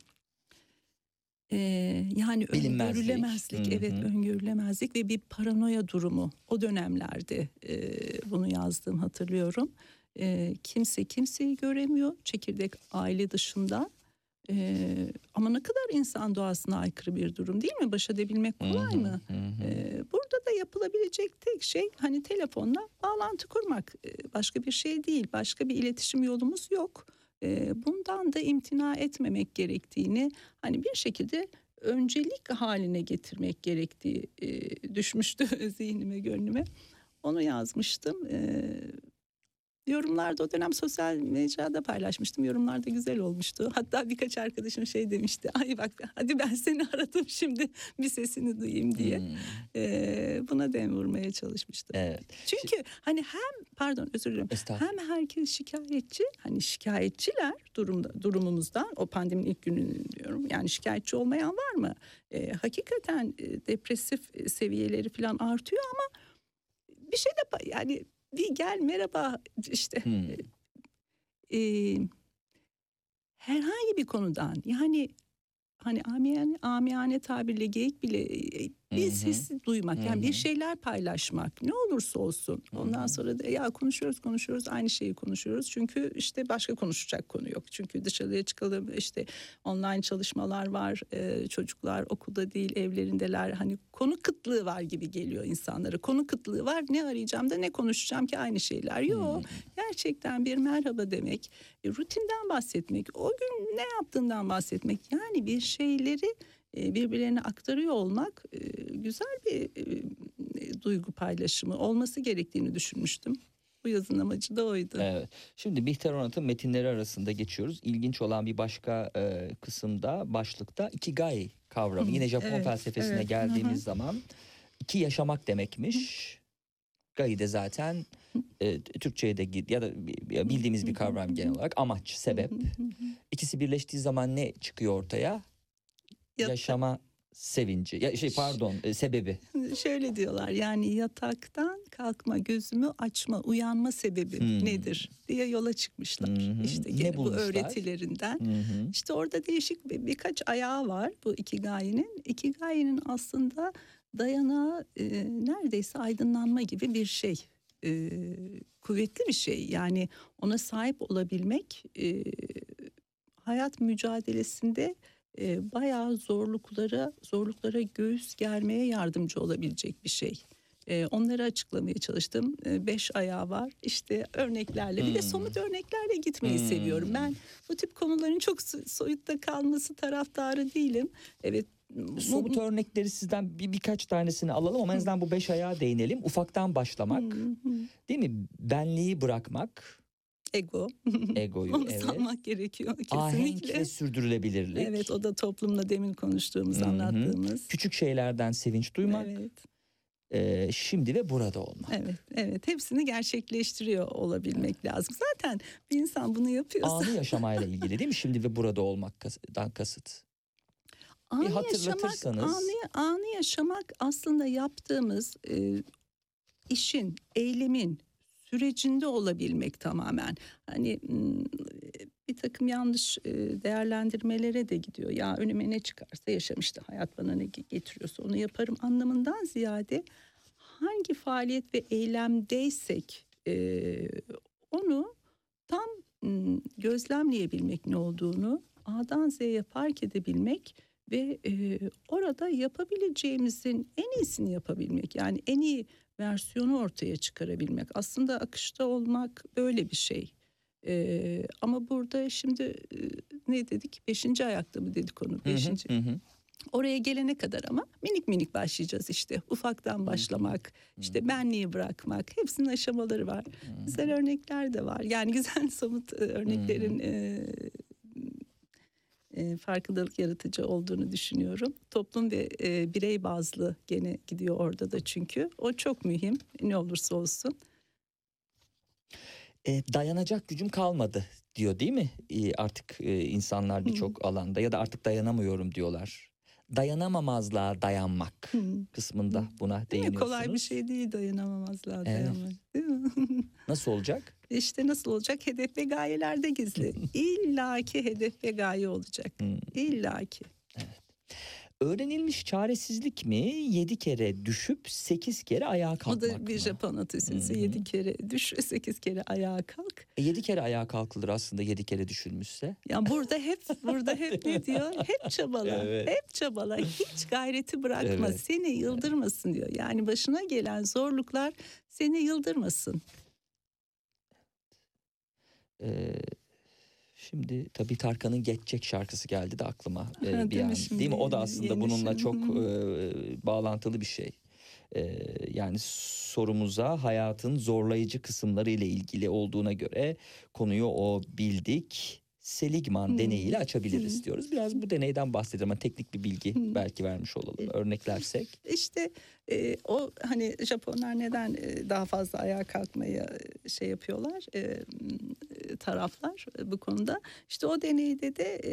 e, yani Bilinmezlik. öngörülemezlik. Hı-hı. Evet, öngörülemezlik ve bir paranoya durumu. O dönemlerde e, bunu yazdığım hatırlıyorum. E, kimse kimseyi göremiyor. Çekirdek aile dışında. Ee, ama ne kadar insan doğasına aykırı bir durum değil mi? Baş edebilmek kolay Hı hı, mı? hı hı. Ee, burada da yapılabilecek tek şey hani telefonla bağlantı kurmak. Ee, başka bir şey değil. Başka bir iletişim yolumuz yok. Ee, bundan da imtina etmemek gerektiğini hani bir şekilde öncelik haline getirmek gerektiği e, düşmüştü zihnime, gönlüme. Onu yazmıştım. Ee, Yorumlarda o dönem sosyal mecrada paylaşmıştım. Yorumlarda güzel olmuştu. Hatta birkaç arkadaşım şey demişti. Ay bak hadi ben seni aradım şimdi bir sesini duyayım diye. Hmm. Ee, buna dem vurmaya çalışmıştım. Evet. Çünkü hani hem pardon özür dilerim. Estağfurullah. Hem herkes şikayetçi. Hani şikayetçiler durumda durumumuzdan o pandeminin ilk gününü diyorum. Yani şikayetçi olmayan var mı? Ee, hakikaten e, depresif seviyeleri falan artıyor ama bir şey de yani bir gel merhaba işte Hmm. e, herhangi bir konudan yani hani amiyane, amiyane tabirle geyik bile e, bir Hı hı. sesi duymak Hı yani hı. bir şeyler paylaşmak ne olursa olsun ondan Hı hı. sonra da ya konuşuyoruz konuşuyoruz aynı şeyi konuşuyoruz çünkü işte başka konuşacak konu yok çünkü dışarıya çıkalım işte online çalışmalar var e, çocuklar okulda değil evlerindeler hani konu kıtlığı var gibi geliyor insanlara konu kıtlığı var ne arayacağım da ne konuşacağım ki aynı şeyler yok gerçekten bir merhaba demek e, rutinden bahsetmek o gün ne yaptığından bahsetmek yani bir şeyleri birbirlerine aktarıyor olmak güzel bir duygu paylaşımı olması gerektiğini düşünmüştüm. Bu yazının amacı da oydu. Evet. Şimdi Bihter Onat'ın metinleri arasında geçiyoruz. İlginç olan bir başka e, kısımda başlıkta ikigai kavramı. Hı, Yine Japon evet, felsefesine evet. geldiğimiz Hı hı. zaman iki yaşamak demekmiş. Gai de zaten e, Türkçe'ye de gid- ya da bildiğimiz bir kavram genel olarak amaç, sebep. İkisi birleştiği zaman ne çıkıyor ortaya? Yatak- Yaşama sevinci. Ya şey pardon, e, sebebi. Şöyle diyorlar yani yataktan kalkma gözümü açma uyanma sebebi Hmm. nedir diye yola çıkmışlar. Hı hı. İşte Ne gene bu bulmuşlar? öğretilerinden. Hı hı. İşte orada değişik bir, birkaç ayağı var bu ikigai'nin. Ikigai'nin aslında dayanağı e, neredeyse aydınlanma gibi bir şey. E, kuvvetli bir şey. Yani ona sahip olabilmek e, hayat mücadelesinde e, bayağı zorluklara zorluklara göğüs germeye yardımcı olabilecek bir şey. E, onları açıklamaya çalıştım. E, beş ayağı var. İşte örneklerle bir de Hmm. somut örneklerle gitmeyi Hmm. seviyorum. Ben bu tip konuların çok so- soyutta kalması taraftarı değilim. Evet. Somut örnekleri sizden bir birkaç tanesini alalım ama en azından bu beş ayağa değinelim. Ufaktan başlamak, değil mi? Benliği bırakmak, Ego. egoyu, Onu evet. salmak gerekiyor Ahenk kesinlikle. ve sürdürülebilirlik. Evet, o da toplumla demin konuştuğumuz, Hı hı. anlattığımız. Küçük şeylerden sevinç duymak. Evet. e, şimdi ve burada olmak. Evet, evet. Hepsini gerçekleştiriyor olabilmek lazım. Zaten bir insan bunu yapıyorsa Anı yaşamayla ilgili değil mi? Şimdi ve burada olmaktan kasıt. anı yaşamak, hatırlatırsanız. anı, anı yaşamak aslında yaptığımız e, işin, eylemin sürecinde olabilmek tamamen. Hani m, bir takım yanlış e, değerlendirmelere de gidiyor. Ya önüme ne çıkarsa yaşamıştı, hayat bana ne getiriyorsa onu yaparım anlamından ziyade hangi faaliyet ve eylemdeysek e, onu tam m, gözlemleyebilmek ne olduğunu A'dan Z'ye fark edebilmek ve e, orada yapabileceğimizin en iyisini yapabilmek, yani en iyi versiyonu ortaya çıkarabilmek. Aslında akışta olmak böyle bir şey. Ee, ama burada şimdi e, ne dedik? Beşinci ayakta mı dedik onu? Beşinci. Hı hı. Oraya gelene kadar ama minik minik başlayacağız işte. Ufaktan başlamak, işte benliği bırakmak. Hepsinin aşamaları var. Güzel örnekler de var. Yani güzel somut e, örneklerin e, e, farkındalık yaratıcı olduğunu düşünüyorum. Toplum ve e, birey bazlı gene gidiyor orada da çünkü. O çok mühim ne olursa olsun. E, dayanacak gücüm kalmadı diyor değil mi? E, artık e, insanlar birçok alanda ya da artık dayanamıyorum diyorlar. Dayanamamazlığa dayanmak Hmm. kısmında buna Değil mi? değiniyorsunuz. Kolay bir şey değil dayanamamazlığa Evet. dayanmak. Değil mi? Nasıl olacak? İşte nasıl olacak? Hedef ve gayelerde gizli. İlla ki hedef ve gaye olacak. Hmm. İlla ki. Öğrenilmiş çaresizlik mi? Yedi kere düşüp sekiz kere ayağa O kalkmak da bir mı? Japon atasözü. Hı hı. Yedi kere düş, sekiz kere ayağa kalk. E, yedi kere ayağa kalkılır aslında yedi kere düşülmüşse. Yani burada hep burada hep ne diyor? Hep çabala. Evet. Hep çabala. Hiç gayreti bırakma. Evet. Seni yıldırmasın diyor. Yani başına gelen zorluklar seni yıldırmasın. Ee, şimdi tabii Tarkan'ın Geçecek şarkısı geldi de aklıma e, Değil bir mi an. şimdi? Değil mi? O da aslında Yeni bununla şimdi. çok Hı e, bağlantılı bir şey. E, yani sorumuza hayatın zorlayıcı kısımları ile ilgili olduğuna göre konuyu o bildik. Seligman Hmm. deneyiyle açabiliriz Hmm. diyoruz. Biraz bu deneyden bahsedelim. Yani teknik bir bilgi Hmm. belki vermiş olalım. Örneklersek. İşte e, o hani Japonlar neden e, daha fazla ayağa kalkmayı e, şey yapıyorlar e, e, taraflar e, bu konuda. İşte o deneyde de e,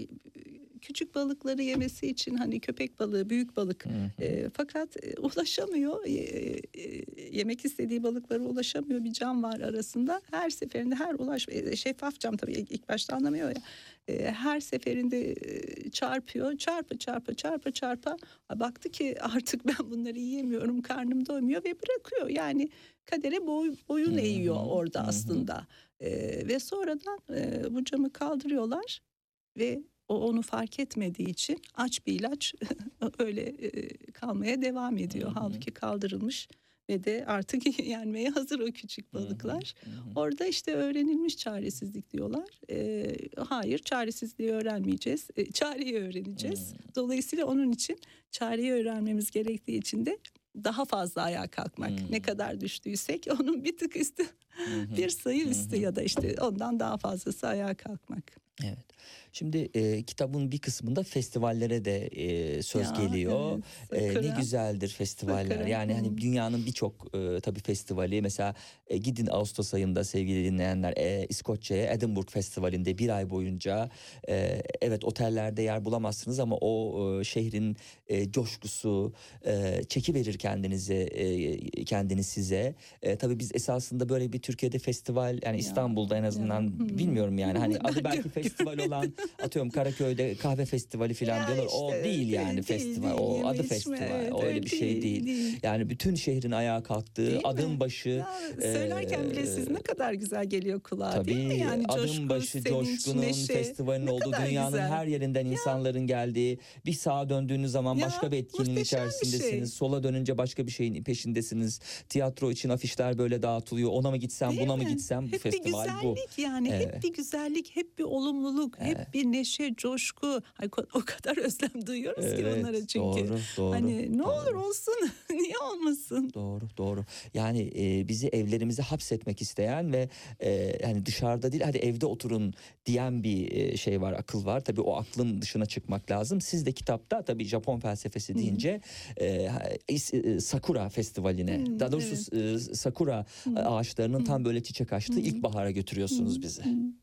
küçük balıkları yemesi için hani köpek balığı, büyük balık e, fakat e, ulaşamıyor. E, e, yemek istediği balıklara ulaşamıyor. Bir cam var arasında. Her seferinde her ulaş e, şeffaf cam tabii ilk başta anlamıyor ya. E, her seferinde e, çarpıyor. Çarpı çarpı çarpı çarpı. Baktı ki artık ben bunları yiyemiyorum. Karnım doymuyor ve bırakıyor. Yani kadere boy, boyun Hı hı, eğiyor orada hı hı. aslında. E, ve sonradan e, bu camı kaldırıyorlar ve o onu fark etmediği için aç bir ilaç öyle e, kalmaya devam ediyor. Hı hı. Halbuki kaldırılmış ve de artık yenmeye hazır o küçük balıklar. Hı hı. Orada işte öğrenilmiş çaresizlik diyorlar. E, hayır, çaresizliği öğrenmeyeceğiz. E, çareyi öğreneceğiz. Dolayısıyla onun için çareyi öğrenmemiz gerektiği için de daha fazla ayağa kalkmak. Hmm. Ne kadar düştüysek onun bir tık üstü, Hı hı. bir sayı üstü Hı hı. ya da işte ondan daha fazlası ayağa kalkmak. Evet. Şimdi e, kitabın bir kısmında festivallere de e, söz Ya, geliyor. evet, E, ne Sakura. güzeldir festivaller. Sakura, Yani hı. hani dünyanın birçok e, tabii festivali. Mesela e, gidin Ağustos ayında sevgili dinleyenler e, İskoçya'ya Edinburgh Festivali'nde bir ay boyunca e, evet otellerde yer bulamazsınız ama o e, şehrin e, coşkusu e, çekiverir kendinize e, kendini size. E, tabii biz esasında böyle bir Türkiye'de festival yani İstanbul'da en azından ya, hı. bilmiyorum yani hani Ben adı belki gö- festival olan atıyorum Karaköy'de kahve festivali falan Ya diyorlar. O işte, değil yani değil, festival. değil, o yeme adı içme, festival. evet, o öyle öyle bir şey değil. değil. Yani bütün şehrin ayağa kalktığı Değil adım mi? başı Ya, söylerken bile siz ne kadar güzel geliyor kulağa tabii değil mi? Yani adım coşku, başı sevinç, coşkunun neşe. festivalin Ne olduğu kadar dünyanın güzel. her yerinden insanların geldiği bir sağa döndüğünüz zaman Ya, başka bir etkinin muhteşem bir içerisindesiniz. şey. Sola dönünce başka bir şeyin peşindesiniz. Tiyatro için afişler böyle dağıtılıyor. Ona mı gitsem Değil buna mı mi? gitsem bu Hep festival bir bu. güzellik yani Evet. hep bir güzellik, hep bir olumluluk, Evet. hep bir neşe, coşku. Ay, ko- o kadar özlem duyuyoruz ki Evet, onlara çünkü. doğru, doğru, Hani ne doğru. olur olsun, niye olmasın? Doğru doğru yani e, bizi evlerimize hapsetmek isteyen ve e, hani dışarıda değil hadi evde oturun diyen bir e, şey var, akıl var. Tabii o aklın dışına çıkmak lazım. Siz de kitapta tabii Japon felsefesi deyince e, e, Sakura Festivaline Hı, daha doğrusu e, Sakura ağaçlarının tam böyle çiçek açtığı ilkbahara götürüyorsunuz bizi.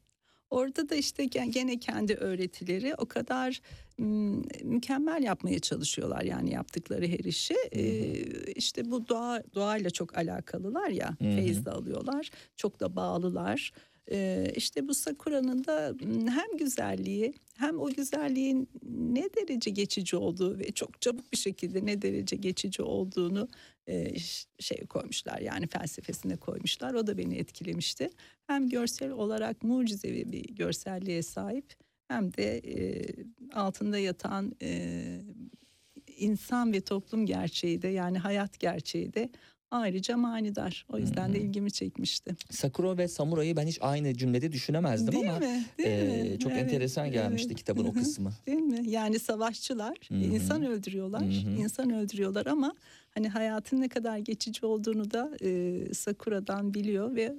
Orada da işte gen- gene kendi öğretileri o kadar m, mükemmel yapmaya çalışıyorlar yani yaptıkları her işi. Ee, işte bu doğa doğayla çok alakalılar ya, Hı hı. feyz de alıyorlar, çok da bağlılar. Ee, işte bu Sakura'nın da m, hem güzelliği hem o güzelliğin ne derece geçici olduğu ve çok çabuk bir şekilde ne derece geçici olduğunu e, ş- şey koymuşlar yani felsefesine koymuşlar. O da beni etkilemişti. Hem görsel olarak mucizevi bir görselliğe sahip hem de e, altında yatan e, insan ve toplum gerçeği de yani hayat gerçeği de ayrıca manidar. O yüzden de Hı hı. ilgimi çekmişti. Sakura ve samurayı ben hiç aynı cümlede düşünemezdim Değil ama mi? Değil e, mi? çok Evet, enteresan gelmişti evet. kitabın Hı o hı. kısmı. Değil mi? Yani savaşçılar, Hı hı. insan öldürüyorlar, Hı hı. insan öldürüyorlar ama hani hayatın ne kadar geçici olduğunu da e, Sakura'dan biliyor ve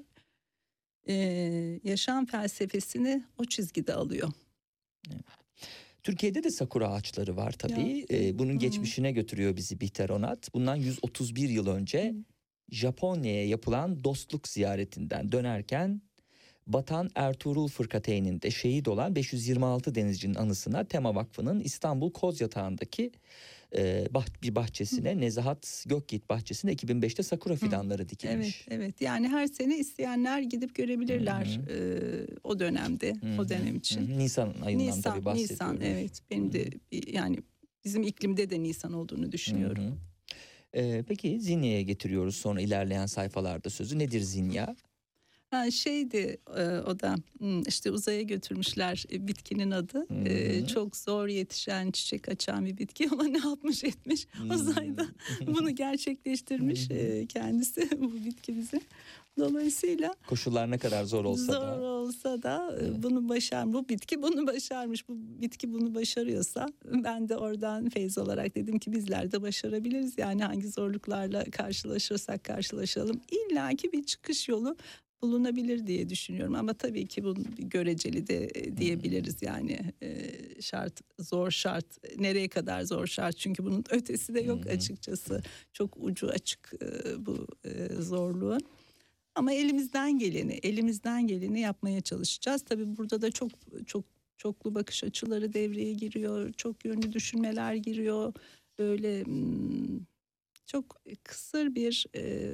e, yaşam felsefesini o çizgide alıyor. Türkiye'de de sakura ağaçları var tabii. Ya, Ee, bunun hı. geçmişine götürüyor bizi Bihter Onat. Bundan yüz otuz bir yıl önce Hı. Japonya'ya yapılan dostluk ziyaretinden dönerken Batan Ertuğrul Fırkateyn'inde şehit olan beş yüz yirmi altı denizcinin anısına Tema Vakfı'nın İstanbul Kozyatağı'ndaki e, bah, bir bahçesine, Nezahat Gökyiğit bahçesine iki bin beşte sakura fidanları Evet, dikilmiş. evet. Yani her sene isteyenler gidip görebilirler Hı e, o dönemde, Hı o hı, dönem hı için. hı. Nisan ayından Nisan, tabii bahsediyoruz. Nisan, evet. Benim de bir- yani bizim iklimde de Nisan olduğunu düşünüyorum. Hı hı. Ee, peki Zinya'ya getiriyoruz sonra ilerleyen sayfalarda sözü. Nedir Zinya? Ha, şeydi e, o da hmm, işte uzaya götürmüşler e, bitkinin adı. Hı E, hı. çok zor yetişen, çiçek açan bir bitki ama ne yapmış etmiş uzayda bunu gerçekleştirmiş e, kendisi bu bitki bize. Dolayısıyla Koşullar ne kadar zor olsa zor da. olsa da e, Evet. bunu başar, bu bitki bunu başarmış. Bu bitki bunu başarıyorsa ben de oradan feyz olarak dedim ki bizler de başarabiliriz. Yani hangi zorluklarla karşılaşırsak karşılaşalım illaki bir çıkış yolu bulunabilir diye düşünüyorum. Ama tabii ki bu göreceli de e, diyebiliriz yani e, şart, zor şart, nereye kadar zor şart, çünkü bunun ötesi de yok Hı hı. açıkçası. Çok ucu açık e, bu e, zorluğun. Ama elimizden geleni, elimizden geleni yapmaya çalışacağız. Tabii burada da çok çok çoklu bakış açıları devreye giriyor. Çok yönlü düşünmeler giriyor. Böyle hmm, çok kısır bir e,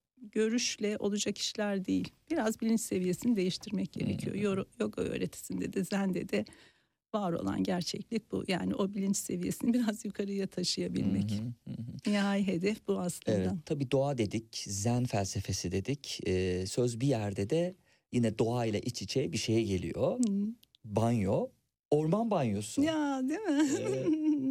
görüşle olacak işler değil. Biraz bilinç seviyesini değiştirmek gerekiyor. Yo- Yoga öğretisinde de Zen'de de var olan gerçeklik bu. Yani o bilinç seviyesini biraz yukarıya taşıyabilmek. Hı hı, hı hı. Nihai hedef bu aslında. Evet, tabii doğa dedik, zen felsefesi dedik. Ee, söz bir yerde de yine doğayla iç içe bir şeye geliyor. Hmm. Banyo, orman banyosu. Ya değil mi? Evet.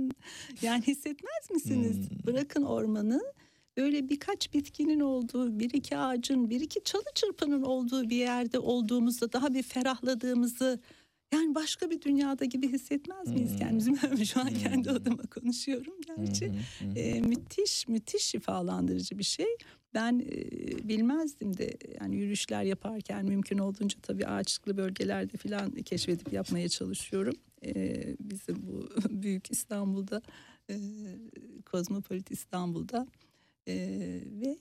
Yani hissetmez misiniz? Hmm. Bırakın ormanı, böyle birkaç bitkinin olduğu, bir iki ağacın, bir iki çalı çırpının olduğu bir yerde olduğumuzda daha bir ferahladığımızı, yani başka bir dünyada gibi hissetmez miyiz Hmm. kendimizi? Ben şu an kendi Hmm. adıma konuşuyorum gerçi. Hı hı, hı hı. Ee, müthiş müthiş şifalandırıcı bir şey. Ben e, bilmezdim de, yani yürüyüşler yaparken mümkün olduğunca tabii ağaçlıklı bölgelerde falan keşfedip yapmaya çalışıyorum. Ee, bizim bu büyük İstanbul'da, e, kozmopolit İstanbul'da e, ve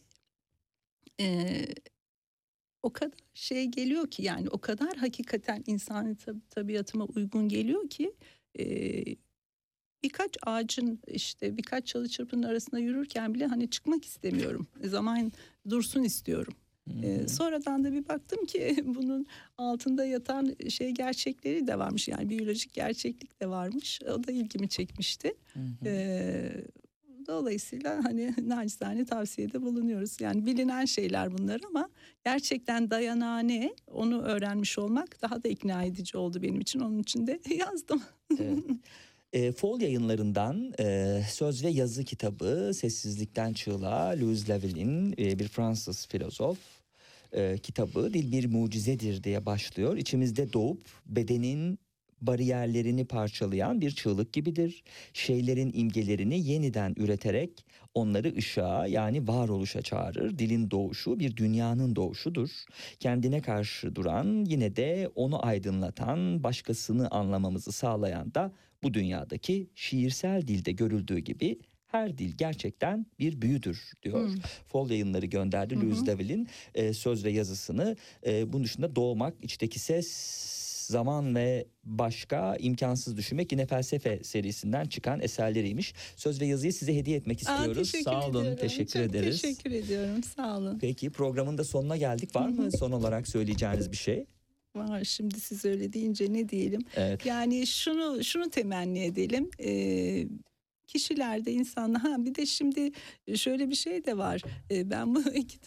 e, o kadar şey geliyor ki, yani o kadar hakikaten insani tab- tabiatıma uygun geliyor ki e, birkaç ağacın, işte birkaç çalı çırpının arasında yürürken bile hani çıkmak istemiyorum. E, zaman dursun istiyorum. Hı E, hı. sonradan da bir baktım ki bunun altında yatan şey gerçekleri de varmış. Yani biyolojik gerçeklik de varmış. O da ilgimi çekmişti. Hı hı. E, dolayısıyla hani naçizane tavsiyede bulunuyoruz. Yani bilinen şeyler bunlar ama gerçekten dayanağı ne, onu öğrenmiş olmak daha da ikna edici oldu benim için. Onun için de yazdım. Evet. E, Fol yayınlarından e, Söz ve Yazı kitabı, Sessizlikten Çığlığa, Louis Lavelle'in e, bir Fransız filozof e, kitabı. Dil bir mucizedir diye başlıyor. İçimizde doğup bedenin bariyerlerini parçalayan bir çığlık gibidir. Şeylerin imgelerini yeniden üreterek onları ışığa, yani varoluşa çağırır. Dilin doğuşu bir dünyanın doğuşudur. Kendine karşı duran, yine de onu aydınlatan, başkasını anlamamızı sağlayan da bu dünyadaki şiirsel dilde görüldüğü gibi her dil gerçekten bir büyüdür diyor. Hmm. Fol Yayınları gönderdi Hı hı. Louis Lavelle'in e, söz ve yazısını. E, bunun dışında Doğmak, içteki Ses, Zaman ve Başka, imkansız Düşünmek yine felsefe serisinden çıkan eserleriymiş. Söz ve yazıyı size hediye etmek Aa, istiyoruz. teşekkür Sağ olun, ediyorum. teşekkür Çok ederiz. teşekkür ediyorum, sağ olun. Peki, programın da sonuna geldik. Var Hı hı. mı son olarak söyleyeceğiniz bir şey? Var, şimdi siz öyle deyince ne diyelim? Evet. Yani şunu şunu temenni edelim. Ee, kişilerde, insanlar, ha bir de şimdi şöyle bir şey de var. Ee, ben bu kitabı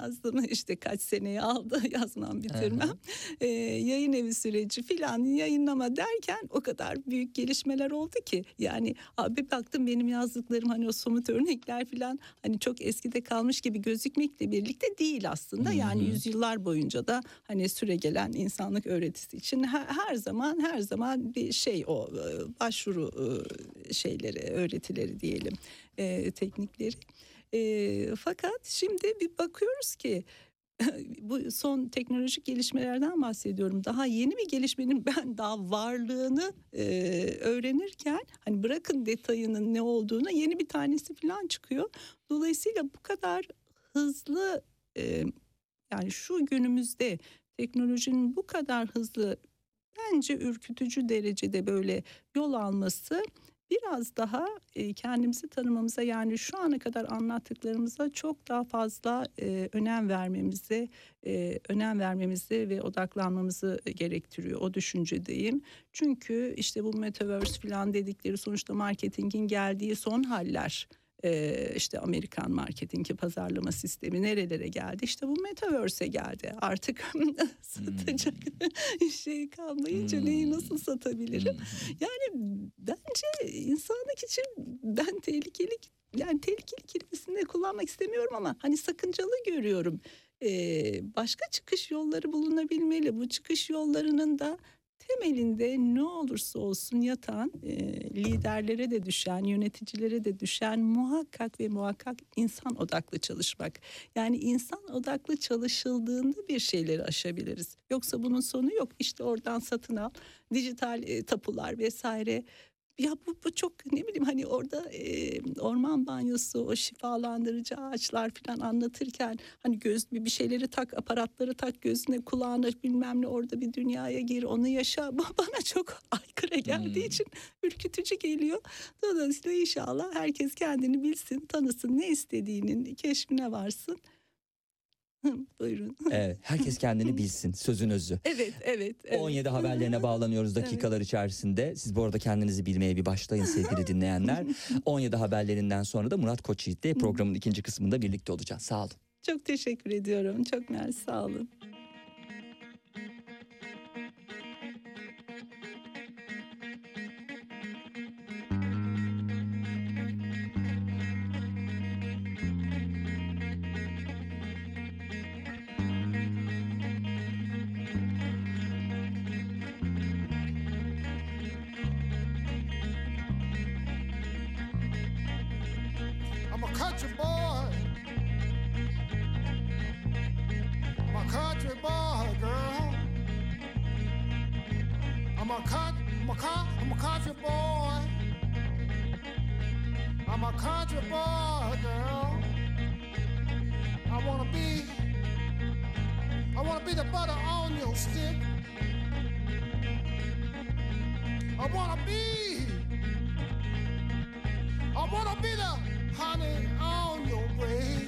yazdım. İşte kaç seneyi aldı yazmam, bitirmem. Ee, yayın evi süreci filan, yayınlama derken o kadar büyük gelişmeler oldu ki. Yani abi baktım benim yazdıklarım hani o somut örnekler filan hani çok eskide kalmış gibi gözükmekle birlikte değil aslında. Hı hı. Yani yüzyıllar boyunca da hani süregelen insanlık öğretisi için her, her zaman her zaman bir şey o e, başvuru e, şeyleri, öğretileri diyelim, e, teknikleri. E, fakat şimdi bir bakıyoruz ki bu son teknolojik gelişmelerden bahsediyorum. Daha yeni bir gelişmenin ben daha varlığını e, öğrenirken hani bırakın detayının ne olduğunu, yeni bir tanesi falan çıkıyor. Dolayısıyla bu kadar hızlı e, yani şu günümüzde teknolojinin bu kadar hızlı, bence ürkütücü derecede böyle yol alması biraz daha e, kendimizi tanımamıza, yani şu ana kadar anlattıklarımıza çok daha fazla e, önem vermemizi, e, önem vermemizi ve odaklanmamızı gerektiriyor. O düşüncedeyim. Çünkü işte bu metaverse falan dedikleri sonuçta marketingin geldiği son haller. Ee, işte Amerikan marketingi pazarlama sistemi nerelere geldi? İşte bu metaverse'e geldi. Artık satacak hmm. şey kalmayınca hmm. neyi nasıl satabilirim? Hmm. Yani bence insanlık için ben tehlikeli, yani tehlikeli kelimesini de kullanmak istemiyorum ama hani sakıncalı görüyorum. Ee, başka çıkış yolları bulunabilmeli. Bu çıkış yollarının da temelinde ne olursa olsun yatan, e, liderlere de düşen, yöneticilere de düşen muhakkak ve muhakkak insan odaklı çalışmak. Yani insan odaklı çalışıldığında bir şeyleri aşabiliriz. Yoksa bunun sonu yok. İşte oradan satın al, dijital e, tapular vesaire. Ya bu, bu çok ne bileyim hani orada e, orman banyosu, o şifalandırıcı ağaçlar falan anlatırken hani göz bir şeyleri tak, aparatları tak gözüne, kulağına, bilmem ne, orada bir dünyaya gir, onu yaşa. Bana çok aykırı geldiği hmm. için ürkütücü geliyor. Dolayısıyla inşallah herkes kendini bilsin, tanısın, ne istediğinin keşfine varsın. Buyurun. Evet, herkes kendini bilsin, sözün özü. Evet, evet. evet. on yedi haberlerine bağlanıyoruz dakikalar evet. içerisinde. Siz bu arada kendinizi bilmeye bir başlayın sevgili dinleyenler. on yedi haberlerinden sonra da Murat Koçyiğit'le programın ikinci kısmında birlikte olacağız. Sağ olun. Çok teşekkür ediyorum. Çok mersi, sağ olun. Country boy, I'm a country boy, girl. I'm a cut, I'm a cut, I'm a country boy. I'm a country boy, girl. I wanna be, I wanna be the butter on your stick. I wanna be, I wanna be the honey on your way.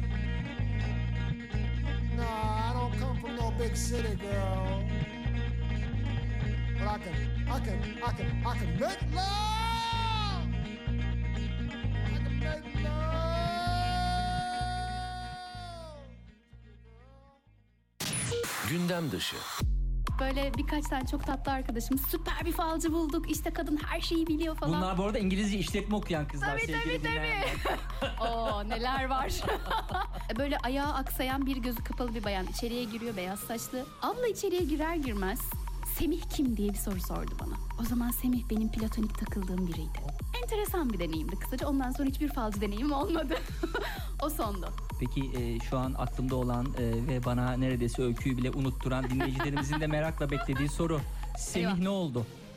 Nah, I don't come from no big city, girl. But I can, I can, I can, I can make love. I can make love. Gündem dışı. Böyle birkaç tane çok tatlı arkadaşım, süper bir falcı bulduk, İşte kadın her şeyi biliyor falan. Bunlar bu arada İngilizce işletme okuyan kızlar. Tabii tabii tabii. Oo, neler var. Böyle ayağı aksayan, bir gözü kapalı bir bayan içeriye giriyor, beyaz saçlı. Abla içeriye girer girmez Semih kim diye bir soru sordu bana. O zaman Semih benim platonik takıldığım biriydi. Enteresan bir deneyimdi kısaca. Ondan sonra hiçbir falcı deneyimim olmadı. O sondu. Peki e, şu an aklımda olan e, ve bana neredeyse öyküyü bile unutturan dinleyicilerimizin de merakla beklediği soru. Semih Eyvah. ne oldu?